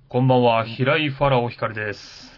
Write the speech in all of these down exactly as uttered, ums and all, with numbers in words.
こんばんは、平井ファラオ光です。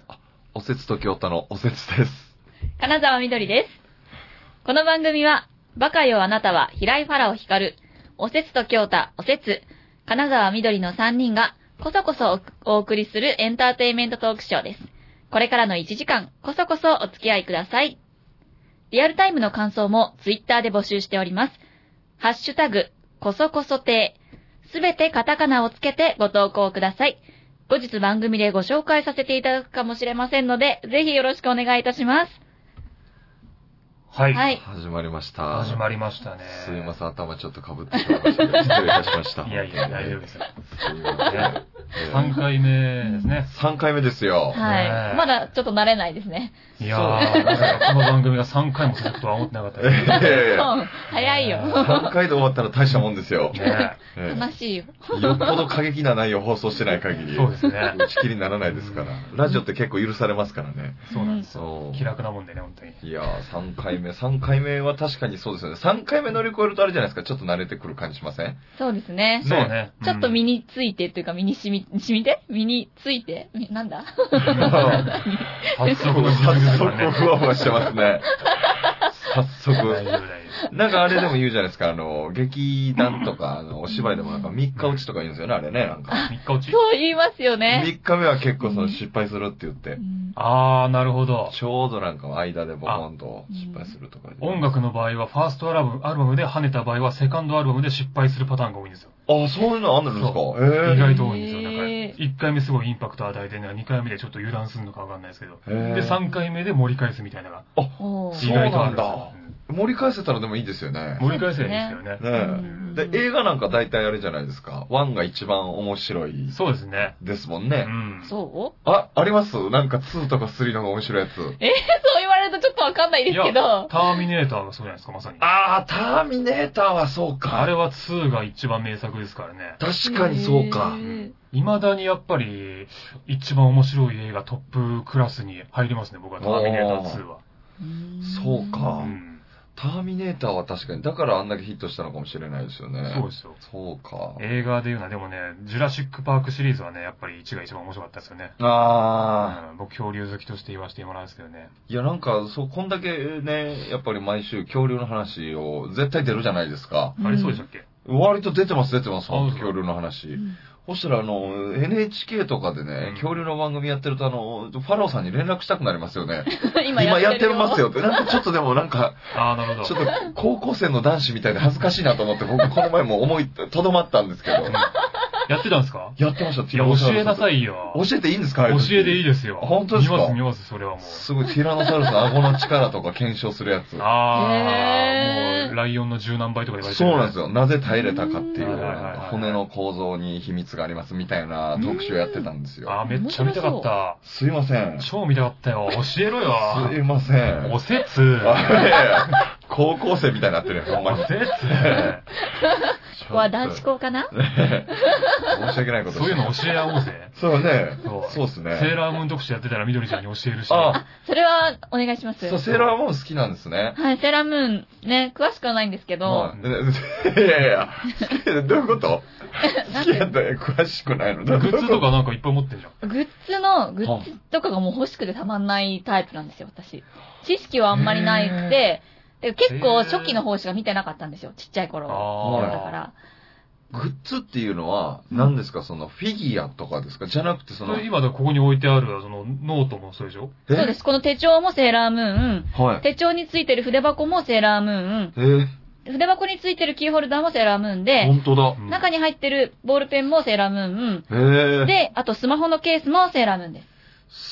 あ、おせつと京太のおせつです。 金沢みどりです。この番組は、バカよあなたは平井ファラオ光、おせつと京太、おせつ、金沢みどりのさんにんが、こそこそお送りするエンターテインメントトークショーです。これからのいちじかん、こそこそお付き合いください。リアルタイムの感想もツイッターで募集しております。ハッシュタグ、こそこそ亭、すべてカタカナをつけてご投稿ください。後日番組でご紹介させていただくかもしれませんので、ぜひよろしくお願いいたします。 はい。 はい。 始まりました。 始まりましたね。 すいません、頭ちょっと被ってしまいました。失礼いたしました。 いやいや、大丈夫ですよ。 すいません。 さんかいめですね。 さんかいめですよ。 はい。まだちょっと慣れないですね。 いやー、この番組がさんかいも続くとは思ってなかったです。 いやいやそう、早いよ。 さんかいで終わったら大したもんですよ。 ね悲しいよ。 よっぽど過激な内容放送してない限り。 そうですね。 打ち切りにならないですから。ラジオって結構許されますからね。 そうなんですよ。気楽なもんでね、本当に。 いやー、さんかいめ。さんかいめは確かにそうですよね。さんかいめ乗り越えるとあれじゃないですか。ちょっと慣れてくる感じしません？ そうですね。 そうね。 ちょっと身についてというか、身に染み、染みて身についてなんだ早速、 早速ふわふわしてますね。早速。 大丈夫大丈夫。 なんかあれでも言うじゃないですか、あの、劇団とか、あの、お芝居でもなんかみっか落ちとか言うんですよね、あれね、なんか。 みっか落ち？ そう言いますよね。 みっかめは結構その失敗するって言って。 あー、なるほど。 ちょうどなんか間でボコンと失敗するとか。 音楽の場合は、ファーストアルバム、アルバムで跳ねた場合は、セカンドアルバムで失敗するパターンが多いんですよ。 あ、そういうのあんのですか？ 意外と多いんですよ。だから、いっかいめすごいインパクト与えて、にかいめでちょっと油断するのかわかんないですけど。で、さんかいめで盛り返すみたいなのが。 あ、意外とあるんだ。盛り返せたらでもいいですよね。 盛り返せばいいですよね。 ねで、映画なんか大体あれじゃないですか。ワンが一番面白い。 そうですね。 ですもんね。 うん。 そうあ、ありますなんかツーとかスリーの方が面白いやつ。 えー、そう言われるとちょっとわかんないですけど。 ターミネーターがそうじゃないですか、まさに。 あー、ターミネーターはそうか。 あれはツーが一番名作ですからね。 確かにそうか。 未だにやっぱり、一番面白い映画トップクラスに入りますね、僕はターミネーターツーは。 そうか。 うんターミネーターは確かに、だからあんだけヒットしたのかもしれないですよね。 そうですよ。 そうか。 映画で言うのは、でもね、ジュラシックパークシリーズはね、やっぱりいちが一番面白かったですよね。 ああ、 うん。僕、恐竜好きとして言わせてもらうんですけどね。 いや、なんか、そう、こんだけね、やっぱり毎週恐竜の話を絶対出るじゃないですか。 あれそうでしたっけ？ 割と出てます、出てます、恐竜の話。うんそしたらあの、エヌエイチケー とかでね、恐竜の番組やってるとあの、ファラオさんに連絡したくなりますよね。今やってますよって。なんかちょっとでもなんか、 ああ、なるほど。 ちょっと高校生の男子みたいで恥ずかしいなと思って僕この前も思い、とどまったんですけど。 やってたんですか？ やってました。 いや、教えなさいよ。 教えていいんですか？ 教えていいですよ。 本当ですか？ 見ます、見ます、それはもう。 すごい、ティラノサウルスの顎の力とか検証するやつ。 ああ、もう、ライオンの十何倍とか言われてる。 そうなんですよ。なぜ耐えれたかっていう、骨の構造に秘密がありますみたいな特集やってたんですよ。 ああ、めっちゃ見たかった。 すいません。 超見たかったよ。教えろよ。 すいません。 おせつ。 高校生みたいになってるよ、ほんまに。 おせつ。 ここは男子校かな？ 申し訳ないことそういうの教え合おうぜ。 そうね。そうですね。 セーラームーン特集やってたらみどりちゃんに教えるし。 あ、それはお願いします。 そう、セーラームーン好きなんですね。 はい、セーラームーンね、詳しくはないんですけど。 いやいやいや、どういうこと好きやったら詳しくないの？ グッズとかなんかいっぱい持ってんじゃん。 グッズの、グッズとかがもう欲しくてたまんないタイプなんですよ、私。知識はあんまりないくて、結構初期の方しか見てなかったんですよ、ちっちゃい頃。だから。 グッズっていうのは、何ですか、その、フィギュアとかですかじゃなくてその。 今だここに置いてある、その、ノートもそうでしょ？ そうです。この手帳もセーラームーン。はい。手帳についてる筆箱もセーラームーン。 えー、 筆箱についてるキーホルダーもセーラームーンで。 本当だ。 中に入ってるボールペンもセーラームーン。 えー、 で、あとスマホのケースもセーラームーンです。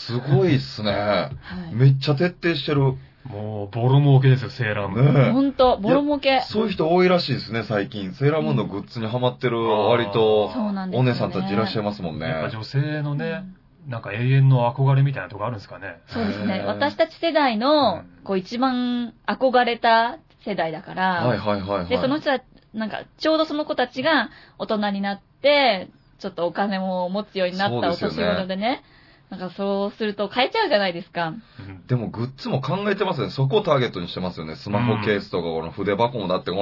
すごいっすね。はい。めっちゃ徹底してる。 もう、ボロ儲けですよ、セーラームーン。 ね、ほんと、ボロ儲け。 そういう人多いらしいですね、最近。セーラームーンのグッズにハマってる、割と、お姉さんたちいらっしゃいますもんね。 やっぱ女性のね、なんか永遠の憧れみたいなとこあるんですかね。 そうですね。私たち世代の、こう一番憧れた世代だから。 はいはいはい、はい。 で、その人は、なんか、ちょうどその子たちが大人になって、ちょっとお金も持つようになったお年頃でね。なんかそうすると買えちゃうじゃないですか。 でもグッズも考えてますよね。そこをターゲットにしてますよね。スマホケースとかこの筆箱もだってこれ、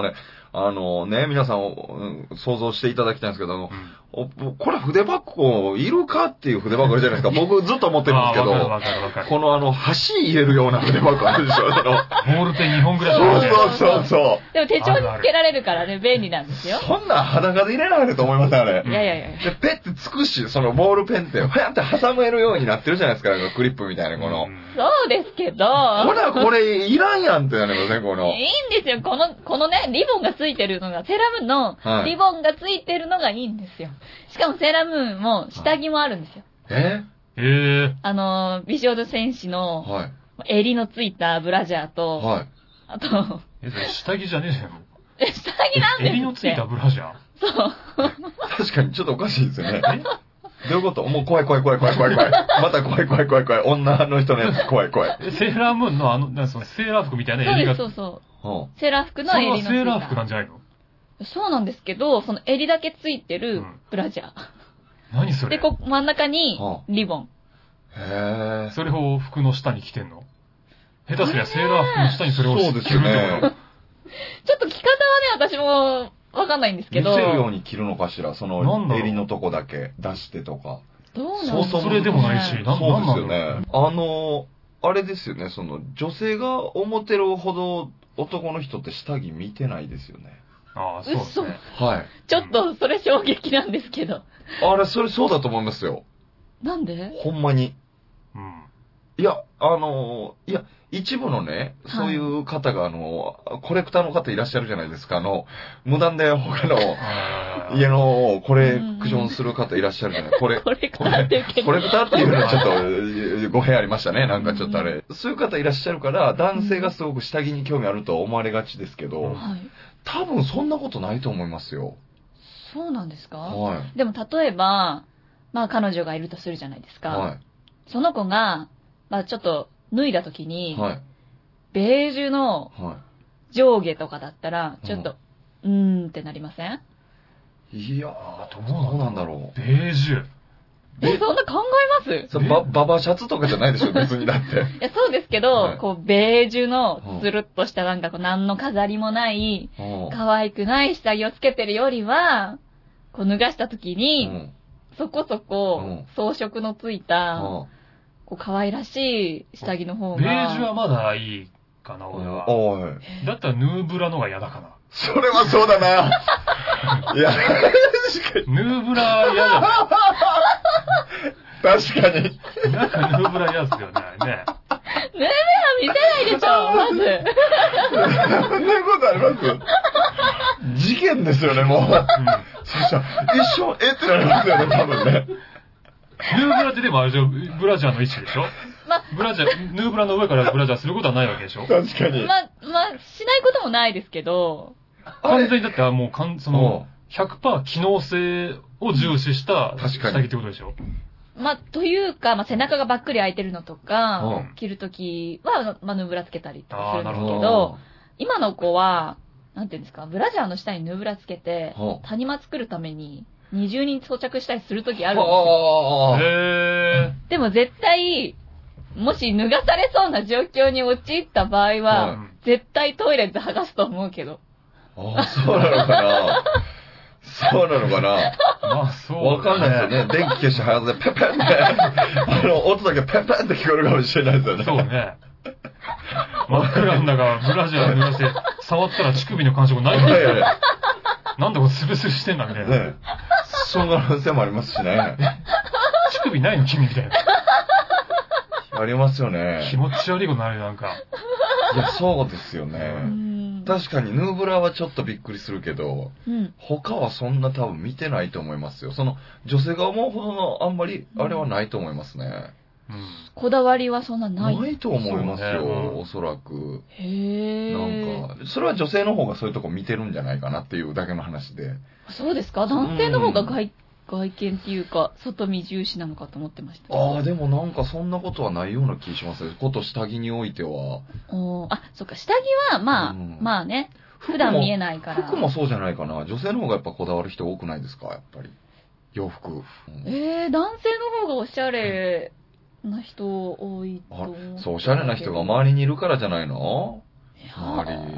あのね、皆さん、うん、想像していただきたいんですけど、あの、うん、これ筆箱いるかっていう筆箱じゃないですか。僕ずっと思ってるんですけど、 わかるわかるわかる。 このあの、箸入れるような筆箱あるでしょ。あのボールペンにほんぐらいしかそうそうそうそう。 でも手帳につけられるからね、便利なんですよ。 そんな裸で入れられると思いますあれ。 いやいやいや。 で、ペッてつくし、そのボールペンって、ふやって挟めるようになってるじゃないですか、クリップみたいな、この。 そうですけど。 ほら、これいらんやんってなりません、この。 いいんですよ。この、このね、リボンがついてるのが、セーラームーンのリボンがついてるのがいいんですよ。しかもセーラームーンも下着もあるんですよ。 ええー、 あの、美少女戦士の、襟のついたブラジャーと、はい、あと、 え、それ下着じゃねえじゃん。 え、下着なんですよ。 襟のついたブラジャーそう。 確かにちょっとおかしいですよね。えどういうこともう怖い怖い怖い怖い怖い怖い。また怖い怖い怖い怖い。女の人のやつ怖い怖い。 セーラームーンのあの、なんそのセーラー服みたいな襟が。 そうそうそう。セーラー服の襟のついた。 それはセーラー服なんじゃないの？ そうなんですけど、その襟だけついてるブラジャー。うん、 何それ？ で、こ真ん中にリボン。 へー。 それを服の下に着てんの？下手すりゃセーラー服の下にそれを着てるってこと？ ちょっと着方はね、私も、わかんないんですけど。 見せるように着るのかしらその襟のとこだけ出してとか。 どうなんですか？ それでもないし、なんそうですよね。あの、あれですよね、その、女性が思ってるほど男の人って下着見てないですよね。 ああ、そうですね。 はい。 ちょっと、それ衝撃なんですけど。 あれ、それそうだと思いますよ。 なんで？ ほんまに。 うん。 いや、あの、いや、一部のね、そういう方が、あの、コレクターの方いらっしゃるじゃないですか。あの、無断で他の家のコレクションする方いらっしゃるじゃない。これ、 コレクターっていうコレクターっていうのはちょっと語弊ありましたね。なんかちょっとあれ。そういう方いらっしゃるから、男性がすごく下着に興味あると思われがちですけど、多分そんなことないと思いますよ。 そうなんですか？ はい。 でも例えば、まあ彼女がいるとするじゃないですか。はい。その子が、まあちょっと、脱いだ時に、はい、ベージュの上下とかだったら、ちょっと、うん、うーんってなりません？ いやー、どうなんだろう。 ベージュ。 え、そんな考えます？ そバババシャツとかじゃないでしょ、別にだって。いや、そうですけど、はい、こう、ベージュのつるっとしたなんかこう、何の飾りもない、可愛くない下着をつけてるよりは、こう、脱がした時に、うん、そこそこ、装飾のついた、うんこう可愛らしい下着の方が。 ベージュはまだいいかな、俺は。おい。だったらヌーブラの方が嫌だかな。 それはそうだな。いや、 ヌーブラ嫌だ。 確かに。 なんかヌーブラ嫌っすよね、ね。ヌーブラ見せないでしょ、まず。 そんなことあります事件ですよね、もう。うん、そしたら、一生、えってなりますよね、多分ね。 ヌーブラってでもあれでしょ、ブラジャーの位置でしょ、ま、ブラジャー、ヌーブラの上からブラジャーすることはないわけでしょ。 確かに。 ま、まあ、しないこともないですけど。 完全にだってもうかん、その、ひゃくパーセント 機能性を重視した下着ってことでしょ。 まあ、というか、まあ、背中がばっくり開いてるのとか、着るときは、まあ、ヌーブラつけたりとかするんですけど、ど今の子は、なんていうんですか、ブラジャーの下にヌーブラつけて、谷間作るために、二重に装着したりするときあるんですよ。 へー。 でも絶対、もし脱がされそうな状況に陥った場合は、はい、絶対トイレで剥がすと思うけど。 ああ、そうなのかなそうなのかなまあそう、 ね。わかんないですよね。電気消して早でペンペンって、あの、音だけペンペンって聞こえるかもしれないですよね。 そうね。真っ暗んだが、ブラジャー脱がして、触ったら乳首の感触ないんだよ。なんでこれスベスベしてんだみたいな。ねそんな可能性もありますしね。 乳首ないの君みたいな。 ありますよね。 気持ち悪いことなるよ、なんか。 いや、そうですよね。確かにヌーブラはちょっとびっくりするけど、うん、他はそんな多分見てないと思いますよ。その、女性が思うほどのあんまり、あれはないと思いますね。 うん、こだわりはそんなない？ ないと思いますよ、ね、おそらく。 へー。 なんか、それは女性の方がそういうとこ見てるんじゃないかなっていうだけの話で。 そうですか？男性の方が外、うん、外見っていうか、外見重視なのかと思ってました。 ああ、でもなんかそんなことはないような気しますね。こと下着においては。 おあ、そっか、下着は、まあ、うん、まあね、普段見えないから。 服もそうじゃないかな。女性の方がやっぱこだわる人多くないですか、やっぱり。洋服。うん、 えー、男性の方がおしゃれ。な人多いと思う。 そう、おしゃれな人が周りにいるからじゃないの？周り。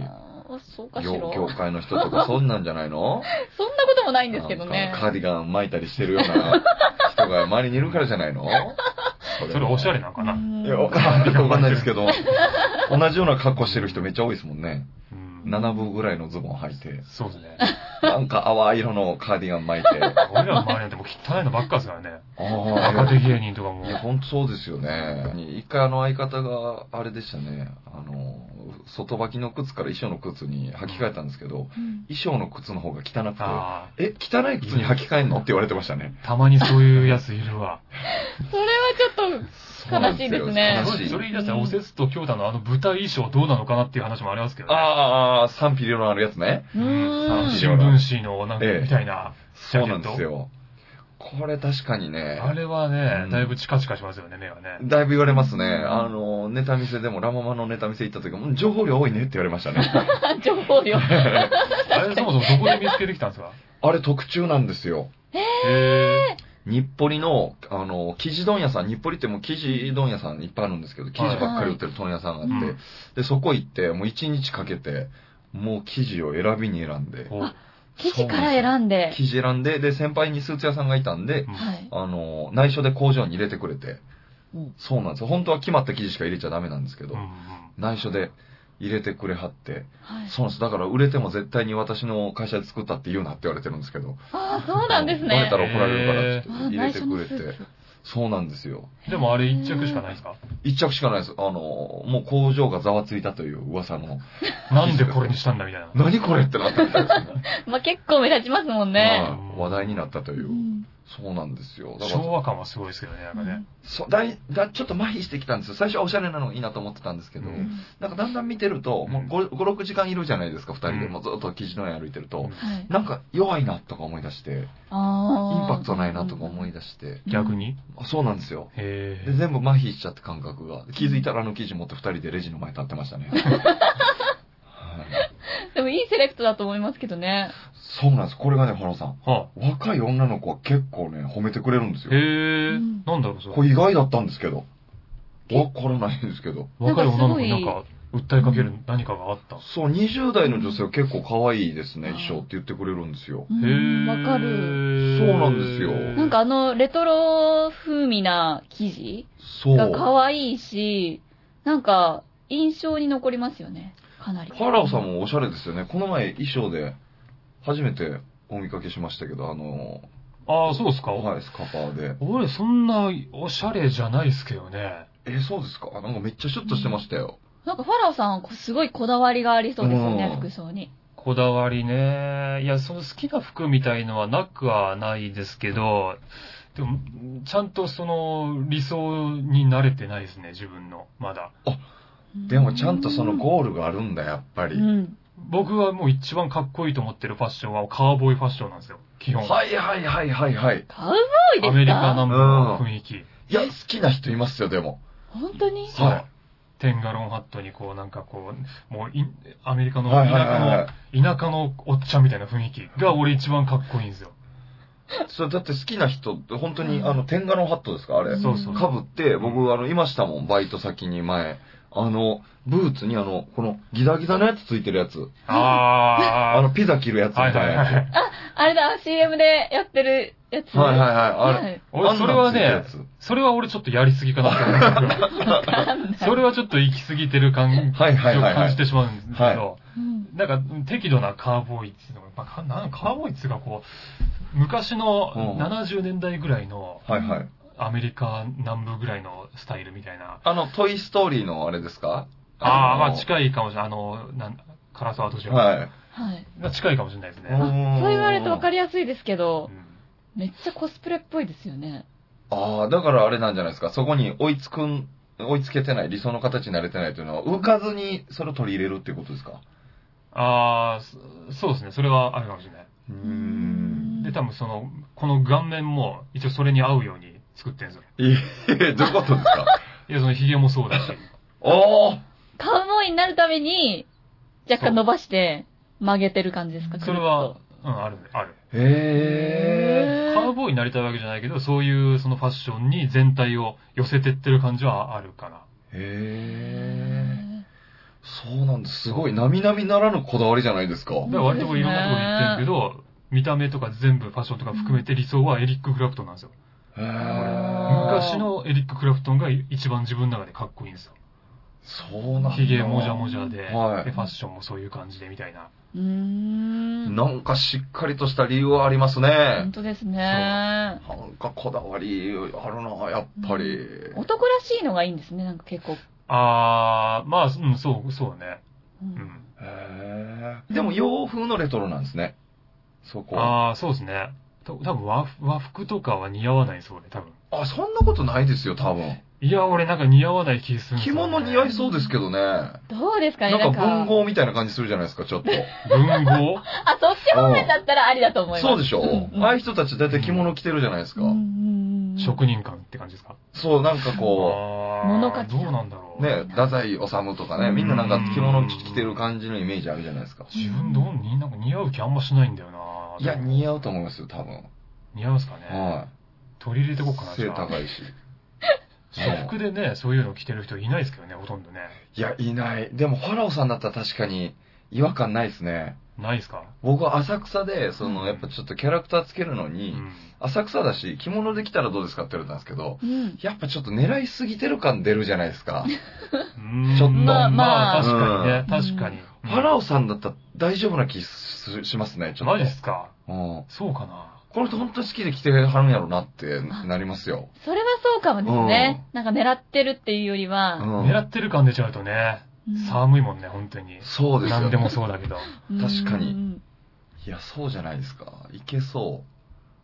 あ、そうかしら。 業業界の人とかそんなんじゃないの？ そんなこともないんですけどね。 カーディガン巻いたりしてるような人が周りにいるからじゃないの？ それおしゃれなのかな？ いや、わかんないですけど、同じような格好してる人めっちゃ多いですもんね。ななぶぐらいのズボン履いて。 そうですね。 なんか淡い色のカーディガン巻いて。 俺らの周りなんてもう汚いのばっかですからね。ああ。若手芸人とかも。 いや、ほんとそうですよね。一回あの相方が、あれでしたね。あの、外履きの靴から衣装の靴に履き替えたんですけど、うん、衣装の靴の方が汚くて、え、汚い靴に履き替えんのって言われてましたね。 たまにそういうやついるわ。 それはちょっと悲しいですね。 そ, それ言い出したら、おせつと京太のあの舞台衣装どうなのかなっていう話もありますけどね。 ああ、賛否両論あるやつね。 うん。 新聞紙のなんかみたいな、 ええ。そうなんですよ。これ確かにね。 あれはね、うん、だいぶチカチカしますよね、目はね。 だいぶ言われますね。あの、ネタ見せでも、ラママのネタ見せ行った時も、情報量多いねって言われましたね。 情報量。あれ、そもそもどこで見つけてきたんですか？ あれ特注なんですよ。 へー。 日暮里の、あの、生地問屋さん、日暮里ってもう生地問屋さんいっぱいあるんですけど、生地ばっかり売ってる問屋さんがあって、はい、で、そこ行って、もう一日かけて、もう生地を選びに選んで、 生地から選んで。 生地選んで、で、先輩にスーツ屋さんがいたんで、はい、あの、内緒で工場に入れてくれて、うん、そうなんですよ。本当は決まった生地しか入れちゃダメなんですけど、うんうん、内緒で入れてくれはって、はい、そうなんです。だから売れても絶対に私の会社で作ったって言うなって言われてるんですけど。 ああ、そうなんですね。 バレたら怒られるからって入れてくれて。そうなんですよ。 でもあれ一着しかないですか？ 一着しかないです。あの、もう工場がざわついたという噂の。 なんでこれにしたんだみたいな。 何これってなったみたいですね。 まあ結構目立ちますもんね。 まあ、話題になったという。うん、そうなんですよ。 昭和感はすごいですけどね、なんかね。うん、 そうだいだ、ちょっと麻痺してきたんですよ。最初はおしゃれなのがいいなと思ってたんですけど、うん、なんかだんだん見てると、もうご、ろくじかんいるじゃないですか、二人で。もうずっと生地の上歩いてると、うん、なんか弱いなとか思い出して、インパクトないなとか思い出して。 逆に？ そうなんですよ。 へで全部麻痺しちゃって感覚が。気づいたらあの生地持って二人でレジの前立ってましたね。 でもいいセレクトだと思いますけどね。 そうなんです。これがね、原さん。 はあ、 若い女の子は結構ね、褒めてくれるんですよ。 へー。うん、なんだろう、それ。 これ意外だったんですけど。わからないんですけど。 若い女の子になんか、訴えかける何かがあった。 そう、にじゅう代の女性は結構可愛いですね、衣装って言ってくれるんですよ。 へー。わかる。 そうなんですよ。 なんかあの、レトロ風味な生地が可愛いし、なんか、印象に残りますよね。かなり。 ファラオさんもおしゃれですよね。この前衣装で初めてお見かけしましたけど、あのー、ああ、そうですか？ はい、スカパーで。 俺、そんなおしゃれじゃないですけどね。 え、そうですか？なんかめっちゃシュッとしてましたよ。 うん、なんかファラオさん、すごいこだわりがありそうですよね、服装に。 こだわりね。いや、その好きな服みたいのはなくはないですけど、でも、ちゃんとその理想に慣れてないですね、自分の。まだ。 あ、でもちゃんとそのゴールがあるんだ、やっぱり。うん、 僕はもう一番かっこいいと思ってるファッションはカーボーイファッションなんですよ、基本。 はいはいはいはいはい。 カウボーイですか？ アメリカ南部の雰囲気。うん、いや、好きな人いますよ、でも。 本当に？ そう。はい、テンガロンハットにこうなんかこう、もういアメリカの田舎の、はいはいはいはい、田舎のおっちゃんみたいな雰囲気が俺一番かっこいいんですよ。 それだって好きな人って本当にあのテンガロンハットですかあれ。 そうそう。 かぶって僕あのいましたもん、バイト先に前。あの、ブーツにあの、このギザギザのやつついてるやつ。 ああ。 あのピザ切るやつみたいなやつ。はいはいはい、 あ、あれだ、シーエム でやってるやつ。 はいはいはい。あれ。 俺、それはね、それは俺ちょっとやりすぎかなって思う。それはちょっと行き過ぎてる感じを感じてしまうんですけど、はいはい、なんか適度なカーボーイっていうのが、まあ、なんカーボーイっていうかこう、昔のななじゅうねんだいぐらいの、 はいはい。 アメリカ南部ぐらいのスタイルみたいな。 あの、トイストーリーのあれですか？ ああ、まあ近いかもしれない。あの、なん、唐沢敏夫。 はい。 はい。 近いかもしれないですね。 そう言われると分かりやすいですけど、うん、めっちゃコスプレっぽいですよね。 ああ、だからあれなんじゃないですか。そこに追いつくん、追いつけてない、理想の形になれてないというのは、浮かずにそれを取り入れるっていうことですか？ ああ、そうですね。それはあるかもしれない。 うーん。 で、多分その、この顔面も一応それに合うように作ってるんですよ。 ええ、どういうことですか？ いや、その髭もそうだし。 おー！ カウボーイになるために、若干伸ばして曲げてる感じですか？ それは、うん、ある、ある。 へー。 カウボーイになりたいわけじゃないけど、そういうそのファッションに全体を寄せてってる感じはあるかな。 へー。 そうなんです。すごい、並々ならぬこだわりじゃないですか。だから割とこれいろんなところに行ってるけど、見た目とか全部ファッションとか含めて理想はエリック・クラプトンなんですよ。へー。昔のエリック・クラプトンが一番自分の中でかっこいいんですよ。 そうなんだ。 髭もじゃもじゃで、はい、で、ファッションもそういう感じでみたいな。 うーん。 なんかしっかりとした理由はありますね。 本当ですね。 なんかこだわりあるな、やっぱり。 男らしいのがいいんですね、なんか結構。 あー、まあ、うん、そう、そうね。うん。 へー。でも洋風のレトロなんですね。そこ。 あー、そうですね。た多分和、和服とかは似合わないそうで、多分。 あ、そんなことないですよ、多分。 いや、俺なんか似合わない気するんですよ、ね。着物似合いそうですけどね。 どうですかね、 なんか文豪みたいな感じするじゃないですか、ちょっと。 文豪あ、そっち方面だったらありだと思います。 そうでしょ、うんうん、ああいう人たち大体着物着てるじゃないですか。うんうんうん、職人感って感じですか？ そう、なんかこう。物書き。 どうなんだろう。 ね、太宰治とかね、みんななんか着物着てる感じのイメージあるじゃないですか。 自分どうに、なんか似合う気あんましないんだよな。 いや、似合うと思いますよ、多分。 似合うんすかね。 はい。 取り入れてこっかな。 背高いし。 私服でね、そういうの着てる人いないですけどね、ほとんどね。 いや、いない。でも、ファラオさんだったら確かに違和感ないですね。 ないですか？ 僕は浅草で、その、やっぱちょっとキャラクターつけるのに、うん、浅草だし、着物で着たらどうですかって言われたんですけど、うん、やっぱちょっと狙いすぎてる感出るじゃないですか。ちょっと。 まあ、まあ、確かにね、うん、確かに。 ファラオさんだったら大丈夫な気しますね、ちょっと。 マジっすか？ うん。 そうかな。 この人本当に好きで着てはるんやろなってなりますよ。 それはそうかもですね。うん、なんか狙ってるっていうよりは。 うん、狙ってる感出ちゃうとね、うん、寒いもんね、本当に。 そうですよね。 何でもそうだけど。 確かに。いや、そうじゃないですか。いけそう。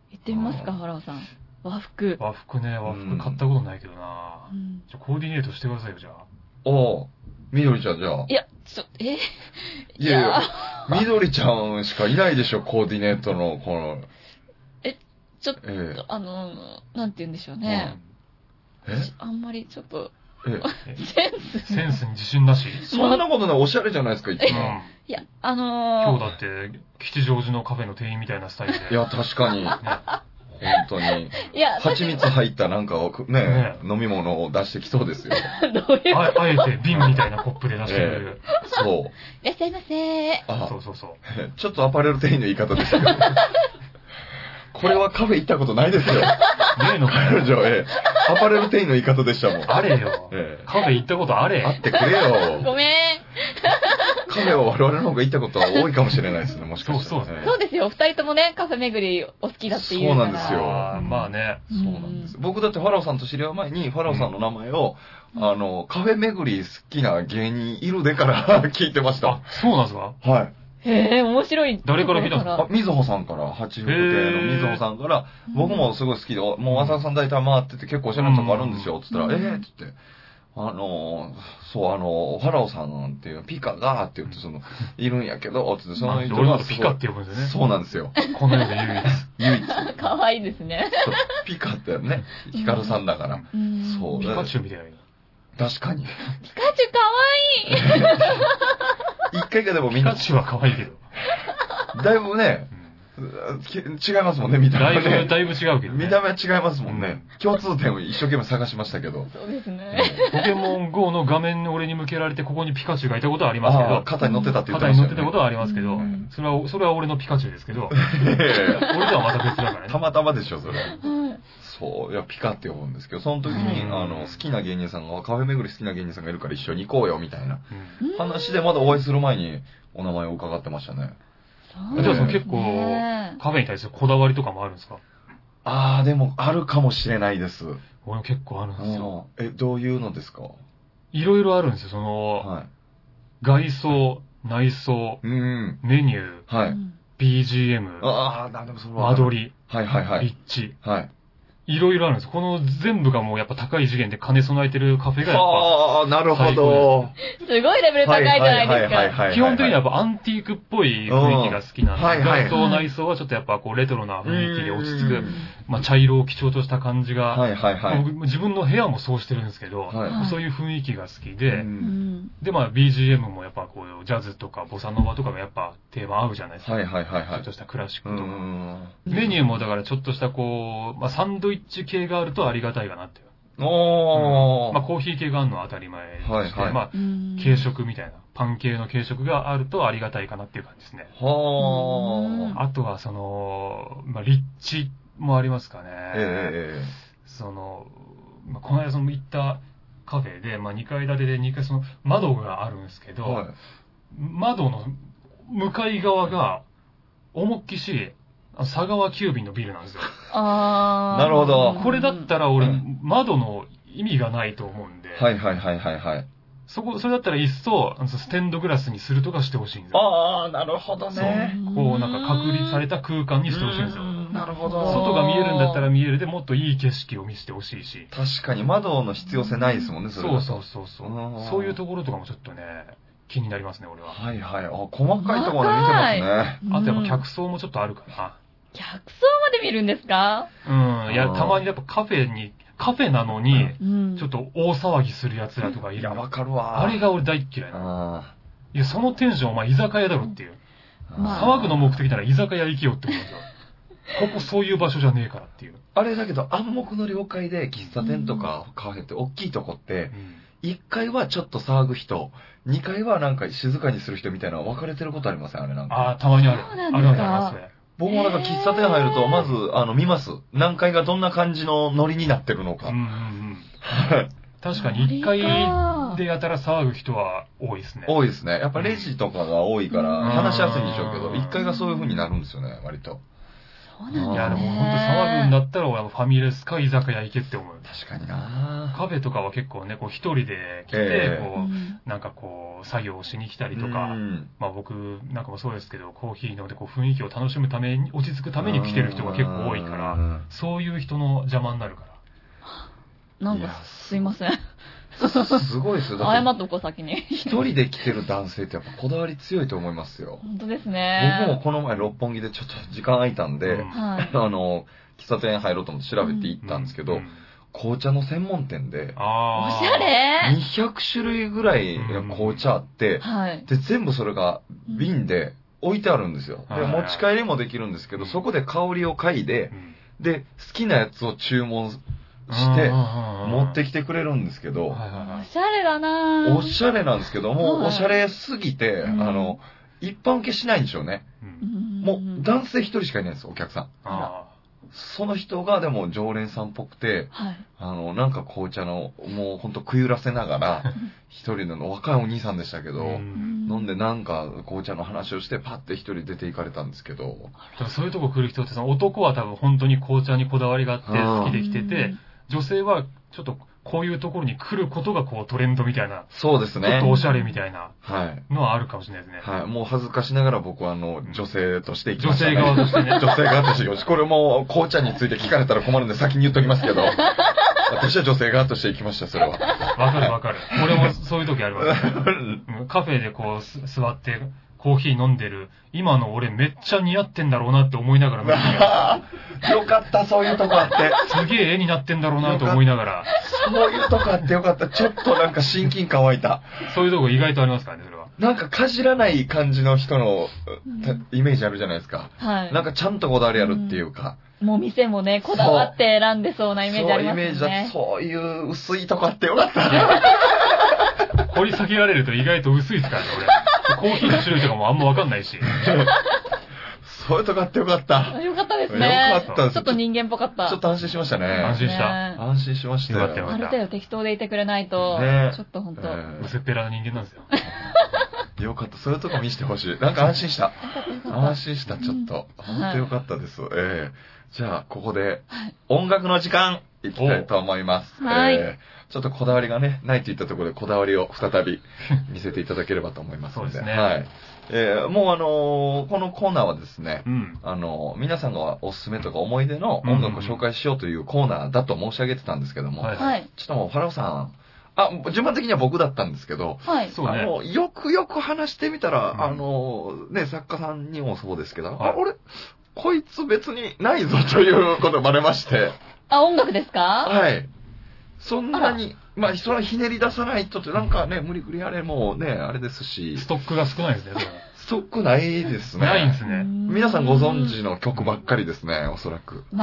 行ってみますか、ファラオさん。和服。 和服ね、和服買ったことないけどな、うん、じゃコーディネートしてくださいよ、じゃあ。 おう。みどりちゃん、じゃあ。 いや、ちょ、えいやいや、みどりちゃんしかいないでしょ、コーディネートの、この。 え、ちょっと、ええ、あの、なんて言うんでしょうね。うん、えあんまりちょっと、えセンスセンスに自信なしそんなことない、おしゃれじゃないですか、いつも。 いや、あのー、今日だって、吉祥寺のカフェの店員みたいなスタイルで。 いや、確かに。ね、本当に。 いや、 蜂蜜入ったなんかをね、ね飲み物を出してきそうですよ。 どういうああえて瓶みたいなコップで出してくれる。 えー、そう。 いらっしゃいませー。 あ、そうそうそう。 ちょっとアパレル店員の言い方でしたけど。これはカフェ行ったことないですよ。ねえのかよ。 彼女、ええ。アパレル店員の言い方でしたもん。 あれよ。ええ、カフェ行ったことあれ。 あってくれよ。 ごめん。 カフェは我々の方が行ったことは多いかもしれないですね、もしかしたら、ね。 そうそう、 そうですよ。二人ともね、カフェ巡りお好きだっていう。 そうなんですよ。 あまあね。 そうなんです。僕だってファラオさんと知り合う前に、ファラオさんの名前を、うん、あの、カフェ巡り好きな芸人いるでから聞いてました。 あ、そうなんですか？ はい。 へえ、面白い。 誰から聞いたんですか？ あ、みずほさんから、八福亭のみずほさんから、僕もすごい好きで、もうわささん大体回ってて結構おしゃれなとこあるんですよ、つったら、ええー、つって。あの、そう、あの、ファラオさんっていうピカがって言って、その、いるんやけど、つって、その人が。ピカって呼ぶんですよね。 そうなんですよ。 この世で唯一。 唯一。 かわいいですね。 ピカってね、ヒカルさんだから。 うん、 そう。 ピカチュウみたいな。 ピ確かに。 カチュウかわいい。一回かでもみんな。 ピカチュウはかわいいけど。 だいぶね、違いますもんね、見た目、ね。 だいぶ、だいぶ違うけど、ね。 見た目は違いますもんね。うん、共通点を一生懸命探しましたけど。 そうですね。 ポケモン ゴー の画面に俺に向けられて、ここにピカチュウがいたことはありますけど。 肩に乗ってたって言ってましたね。肩に乗ってたことはありますけど、うん、それは、それは俺のピカチュウですけど。俺とはまた別だからね。 たまたまでしょ、それ。そう。いや、ピカって呼ぶんですけど、その時に、うん、あの、好きな芸人さんが、カフェ巡り好きな芸人さんがいるから一緒に行こうよ、みたいな話で、まだお会いする前にお名前を伺ってましたね。 じゃあその結構、カフェに対するこだわりとかもあるんですか？ ああ、でもあるかもしれないです。 俺も結構あるんですよ。 え、どういうのですか？ いろいろあるんですよ。その、はい、外装、内装、 うん、 メニュー、 はい、 ビージーエム、 ああ、でもそれは間取り、 はいはいはい、 立地。 はい。 いろいろあるんです。この全部がもうやっぱ高い次元で金備えてるカフェがやっぱ。 ああ、なるほど。 すごいレベル高いじゃないですか。 基本的にはやっぱアンティークっぽい雰囲気が好きなんで、 はいはい、 外装内装はちょっとやっぱこうレトロな雰囲気で落ち着く、まあ茶色を基調とした感じが、 はいはいはい、 自分の部屋もそうしてるんですけど、はい、そういう雰囲気が好きで、でまあ ビージーエム もやっぱこうジャズとかボサノバとかがやっぱ定番合うじゃないですか。 はいはいはいはい、 ちょっとしたクラシックとか。メニューもだからちょっとしたこう、まあサンドイッチ系があるとありがたいかなっていう。 おー。 うん、まあ、コーヒー系があるのは当たり前でして、はいはい、まあ、軽食みたいな、パン系の軽食があるとありがたいかなっていう感じですね。 はあとは、その、まあ、立地もありますかね。 ええその、まあ、この間その行ったカフェで、まあ、にかい建てでにかいその窓があるんですけど、はい、窓の向かい側が、思いっきし、佐川急便のビルなんですよ。 あー。なるほど。 これだったら俺、うん、窓の意味がないと思うんで。 はいはいはいはいはい。 そこ、それだったらいっそ、ステンドグラスにするとかしてほしいんですよ。 ああ、なるほどね。 そう。こうなんか隔離された空間にしてほしいんですよ。 なるほど。 外が見えるんだったら見えるでもっといい景色を見せてほしいし。 確かに窓の必要性ないですもんね、それだと。 そうそうそうそう。そういうところとかもちょっとね、気になりますね、俺は。 はいはい。あ、細かいところで見てますね。 あとやっぱ客層もちょっとあるかな。 客層まで見るんですか？ うん。いや、たまにやっぱカフェに、カフェなのに、ちょっと大騒ぎする奴らとかいる。 いや、わかるわ。 あれが俺大っ嫌いな。いや、そのテンションお前居酒屋だろっていう。騒ぐの目的なら居酒屋行けよって思うんですよ。ここそういう場所じゃねえからっていう。 あれだけど暗黙の了解で喫茶店とかカフェって大きいとこって、いっかいはちょっと騒ぐ人、にかいはなんか静かにする人みたいな分かれてることありません？あれなんか。 ああ、たまにある。あるあるありますね。 僕もなんか喫茶店入ると、まず、あの、見ます。何階がどんな感じのノリになってるのか。うんうんうん、 確かにいっかいでやたら騒ぐ人は多いですね。 多いですね。やっぱレジとかが多いから、話しやすいんでしょうけど、いっかいがそういう風になるんですよね、割と。 そうなんだ、ね。 いや、でも本当騒ぐんだったら俺はファミレスか居酒屋行けって思う。 確かになカフェとかは結構ね、こう一人で来て、えー、こう、なんかこう、作業をしに来たりとか、うん、まあ僕なんかもそうですけど、コーヒー飲んでこう雰囲気を楽しむために、落ち着くために来てる人が結構多いから、そういう人の邪魔になるから。 なんか、すいません。 すごいですよ。 謝っとこう先に。 一人で来てる男性ってやっぱこだわり強いと思いますよ。 本当ですね。 僕もこの前六本木でちょっと時間空いたんで、うん、あの、喫茶店入ろうと思って調べて行ったんですけど、うんうん、紅茶の専門店で、 おしゃれ ? にひゃくしゅるいぐらい紅茶あって、うん、で、全部それが瓶で置いてあるんですよ。で、持ち帰りもできるんですけど、そこで香りを嗅いで、で、好きなやつを注文して持ってきてくれるんですけど、 おしゃれだなおしゃれなんですけども、おしゃれすぎて、あの、一般受けしないんでしょうね。もう男性一人しかいないんです、お客さん。その人がでも常連さんっぽくて、はい、あの、なんか紅茶の、もうほんと食い入らせながら、一人の若いお兄さんでしたけど、飲んでなんか紅茶の話をしてパッて一人出て行かれたんですけど。 そういうとこ来る人ってその男は多分本当に紅茶にこだわりがあって好きで来てて、女性はちょっとこういうところに来ることがこうトレンドみたいな。 そうですね。 ちょっとおしゃれみたいなのはあるかもしれないですね。 はい。もう恥ずかしながら僕はあの、女性として行きましたね。女性側としてね。 女性側として行きました。これも紅茶について聞かれたら困るんで先に言っときますけど。私は女性側として行きました、それは。 わかるわかる。俺もそういう時あるわ。カフェでこう座って、コーヒー飲んでる、今の俺めっちゃ似合ってんだろうなって思いながらよかった、そういうとこあって。 すげえ絵になってんだろうなと思いながら。 そういうとこあってよかった。ちょっとなんか親近感湧いた。 そういうとこ意外とありますからね、それは。 なんかかじらない感じの人のイメージあるじゃないですか。 はい。 なんかちゃんとこだわりあるっていうか。 うん、もう店もね、こだわって選んでそうなイメージありますね。 そういうイメージだ。そういう薄いとこあってよかった。 掘り下げられると意外と薄いですからね、俺。コーヒーの種類とかもあんまわかんないし。 そういうとこあってよかった。 よかったですね。 よかったです。 ちょっと人間っぽかった。 ちょっと安心しましたね。 安心した。 安心しました。 よかったよかった。 ある程度適当でいてくれないと、ね、ちょっとほんと。 薄っぺらな人間なんですよ。 よかった。そういうとこ見せてほしい。なんか安心した。安心した、ちょっと。ほんとよかったです。ええ。じゃあ、ここで、音楽の時間、いきたいと思います。 はい。 えー、ちょっとこだわりがね、ないといったところでこだわりを再び見せていただければと思いますので。 そうですね。 はい。えー、もうあのー、このコーナーはですね、 うん、 あのー、皆さんがおすすめとか思い出の音楽を紹介しようというコーナーだと申し上げてたんですけども、 はい。 ちょっともう、ファラオさん、あ、順番的には僕だったんですけど、 はい。 そうね。 あの、よくよく話してみたら、うん、あの、ね、作家さんにもそうですけど、はい、あ、俺、こいつ別にないぞということがバレまして。 あ、音楽ですか？ はい。そんなに、まあ、それはひねり出さないとって、なんかね、無理くりあれもね、あれですし。 ストックが少ないですね、 ストックないですね。 ないんですね。 皆さんご存知の曲ばっかりですね、おそらく。 まあ、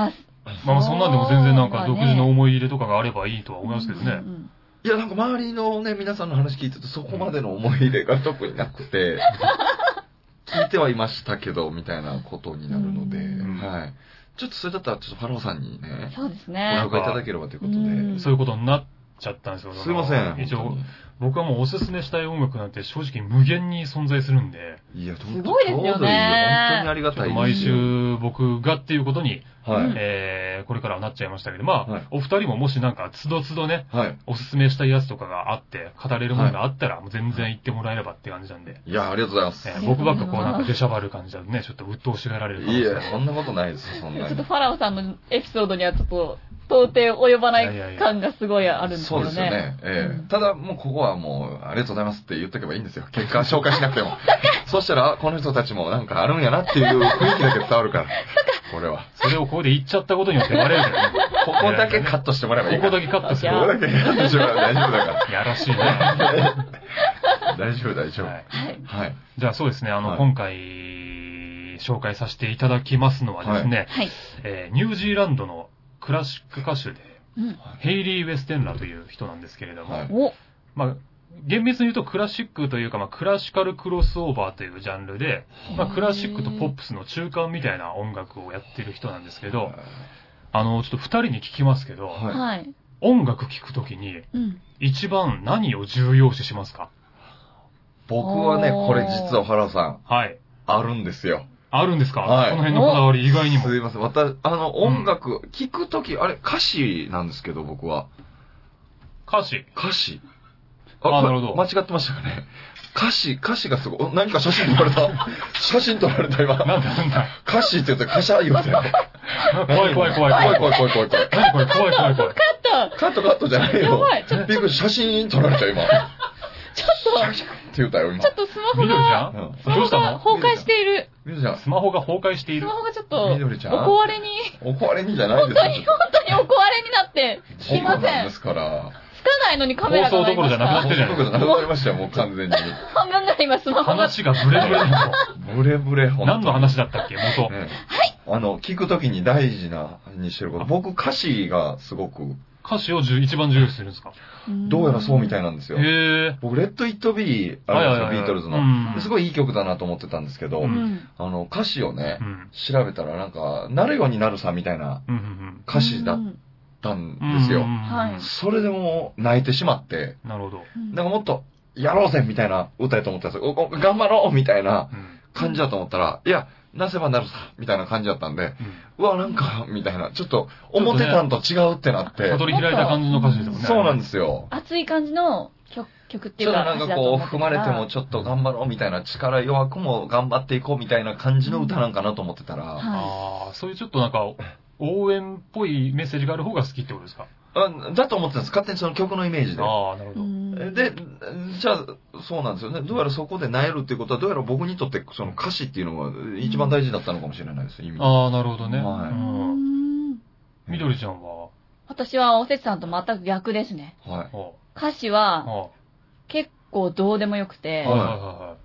まあそんなんでも全然なんか独自の思い入れとかがあればいいとは思いますけどね。うんうんうん、 いや、なんか周りのね、皆さんの話聞いてるとそこまでの思い入れが特になくて、聞いてはいましたけど、みたいなことになるので、はい。ちょっとそれだったら、ちょっとファラオさんにね、 そうですね。 ご紹介いただければということで。 そういうことになっちゃったんですよ。 すいません。 一応、僕はもうおすすめしたい音楽なんて正直無限に存在するんで。 いや、 すごいですよね。 本当にありがたいです。 毎週僕がっていうことに、はい、えー、これからはなっちゃいましたけど、まあ、はい、お二人ももしなんか、つどつどね、はい、おすすめしたいやつとかがあって、語れるものがあったら、もう全然言ってもらえればって感じなんで。 いや、ありがとうございます。 えー、僕ばっかこうなんか出しゃばる感じだとね、ちょっと鬱陶しがられる。 いや、そんなことないです、そんなに。 ちょっとファラオさんのエピソードにはちょっと、到底及ばない感がすごいあるんですよね。 そうですよね。ええー、ただ、もうここはもう、ありがとうございますって言っとけばいいんですよ。結果紹介しなくても。そしたら、この人たちもなんかあるんやなっていう雰囲気だけ伝わるから。これは。 それをここで言っちゃったことによってバレるからね。 ここだけカットしてもらえばいい。 ここだけカットする。 ここだけカットしてもらえば大丈夫だから。 やらしいね。 大丈夫、大丈夫。はい。 はい。じゃあそうですね、あの、はい、今回、紹介させていただきますのはですね、はい、えー、ニュージーランドのクラシック歌手で、うん、ヘイリー・ウェステンラという人なんですけれども、はい、まあ、厳密に言うとクラシックというか、まあ、クラシカルクロスオーバーというジャンルで、まあ、クラシックとポップスの中間みたいな音楽をやってる人なんですけど、あの、ちょっと二人に聞きますけど、はい、音楽聴くときに、一番何を重要視しますか？ 僕はね、これ実は原さん、はい、あるんですよ。 あるんですか？はい。この辺のこだわり意外にも。 すいません。私、あの、音楽、うん、聞くとき、あれ、歌詞なんですけど、僕は。 歌詞歌詞。 あ、あなるほど。 間違ってましたかね。歌詞、歌詞がすごい。何か写真撮られた。写真撮られた、今。 なんだなんだ。 歌詞って言って、カシャ言うて。 怖い怖い怖い怖い怖い怖い怖い怖い。何これ怖い怖い怖い。 カットカットカットじゃないよ。 やばい。 びっくり写真撮られた、今。 ちょっと。 シャシャって言うたよ、今。 ちょっとスマホが。 緑ちゃん、 うん、どうしたの？崩壊している。 緑ちゃん。 スマホが崩壊している。 スマホがちょっと、 緑ちゃん。 お壊れに。 お壊れにじゃないですよ。 本当に、本当にお壊れになって、すいません。 そうなんですから。 つかないのにカメラが。 放送どころじゃなくなってるじゃないですか。 なくなりましたよ、もう完全に。 半分ぐらい今スマホが。 話がブレブレなの。ブレブレ、ほんと。 何の話だったっけ、元。 はい。 あの、聞くときに大事な、にしてること。僕、歌詞がすごく、 歌詞を一番重要視するんですか？ どうやらそうみたいなんですよ。 へー。 僕、レッド・イット・ビー、あるんですよ、ビートルズの。すごいいい曲だなと思ってたんですけど、うん、あの、歌詞をね、うん、調べたらなんか、なるようになるさ、みたいな歌詞だったんですよ。それでも泣いてしまって、 なるほど。 なんかもっと、やろうぜみたいな歌やと思ったんですよ。頑張ろうみたいな感じだと思ったら、いや、なせばなるさ、みたいな感じだったんで、うん、うわ、なんか、みたいな、ちょっと、思ってたんと違うってなって。 悟り開いた感じの歌詞ですもんね。 そうなんですよ。 熱い感じの曲、曲っていうか。 ちょっとなんかこう、踏まれてもちょっと頑張ろうみたいな、力弱くも頑張っていこうみたいな感じの歌なんかなと思ってたら。うん、 ああ、そういうちょっとなんか、応援っぽいメッセージがある方が好きってことですか？ だと思ってたんです。勝手にその曲のイメージで。 ああ、なるほど。 で、じゃあ、そうなんですよね。どうやらそこで萎えるっていうことは、どうやら僕にとってその歌詞っていうのが一番大事だったのかもしれないです、意味。 ああ、なるほどね。 はい。うん。みどりちゃんは？ 私はおせつさんと全く逆ですね。 はい。 歌詞は、結構どうでもよくて、はい、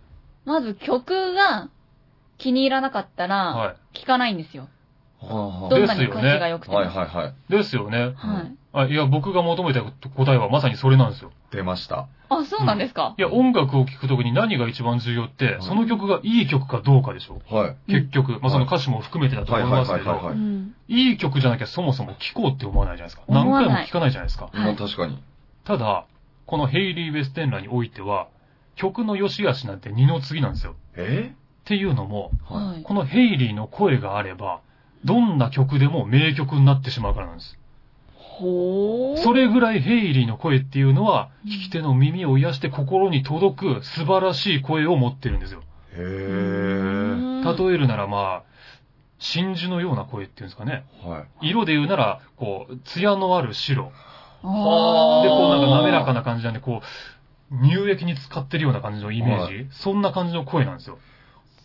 まず曲が気に入らなかったら、聴かないんですよ。どんなに歌詞が良くても。 はいはいはい。 ですよね。 はい。 あ、いや、僕が求めた答えはまさにそれなんですよ。 出ました。 あ、そうなんですか、 うん、いや、音楽を聴くときに何が一番重要って、うん、その曲がいい曲かどうかでしょ。 はい。 結局、まあ、その歌詞も含めてだと思いますけど、いい曲じゃなきゃそもそも聴こうって思わないじゃないですか。何回も聴かないじゃないですか。 まあ確かに。 ただ、このヘイリー・ウェステンラにおいては、曲の良し悪しなんて二の次なんですよ。 えっていうのも、はい、このヘイリーの声があれば、どんな曲でも名曲になってしまうからなんです。 ほー。 それぐらいヘイリーの声っていうのは、聞き手の耳を癒して心に届く素晴らしい声を持ってるんですよ。 へー。 例えるならまあ、真珠のような声っていうんですかね。 はい。 色で言うなら、こう、艶のある白。 あで、こうなんか滑らかな感じなんで、こう、乳液に使ってるような感じのイメージ、はい、そんな感じの声なんですよ。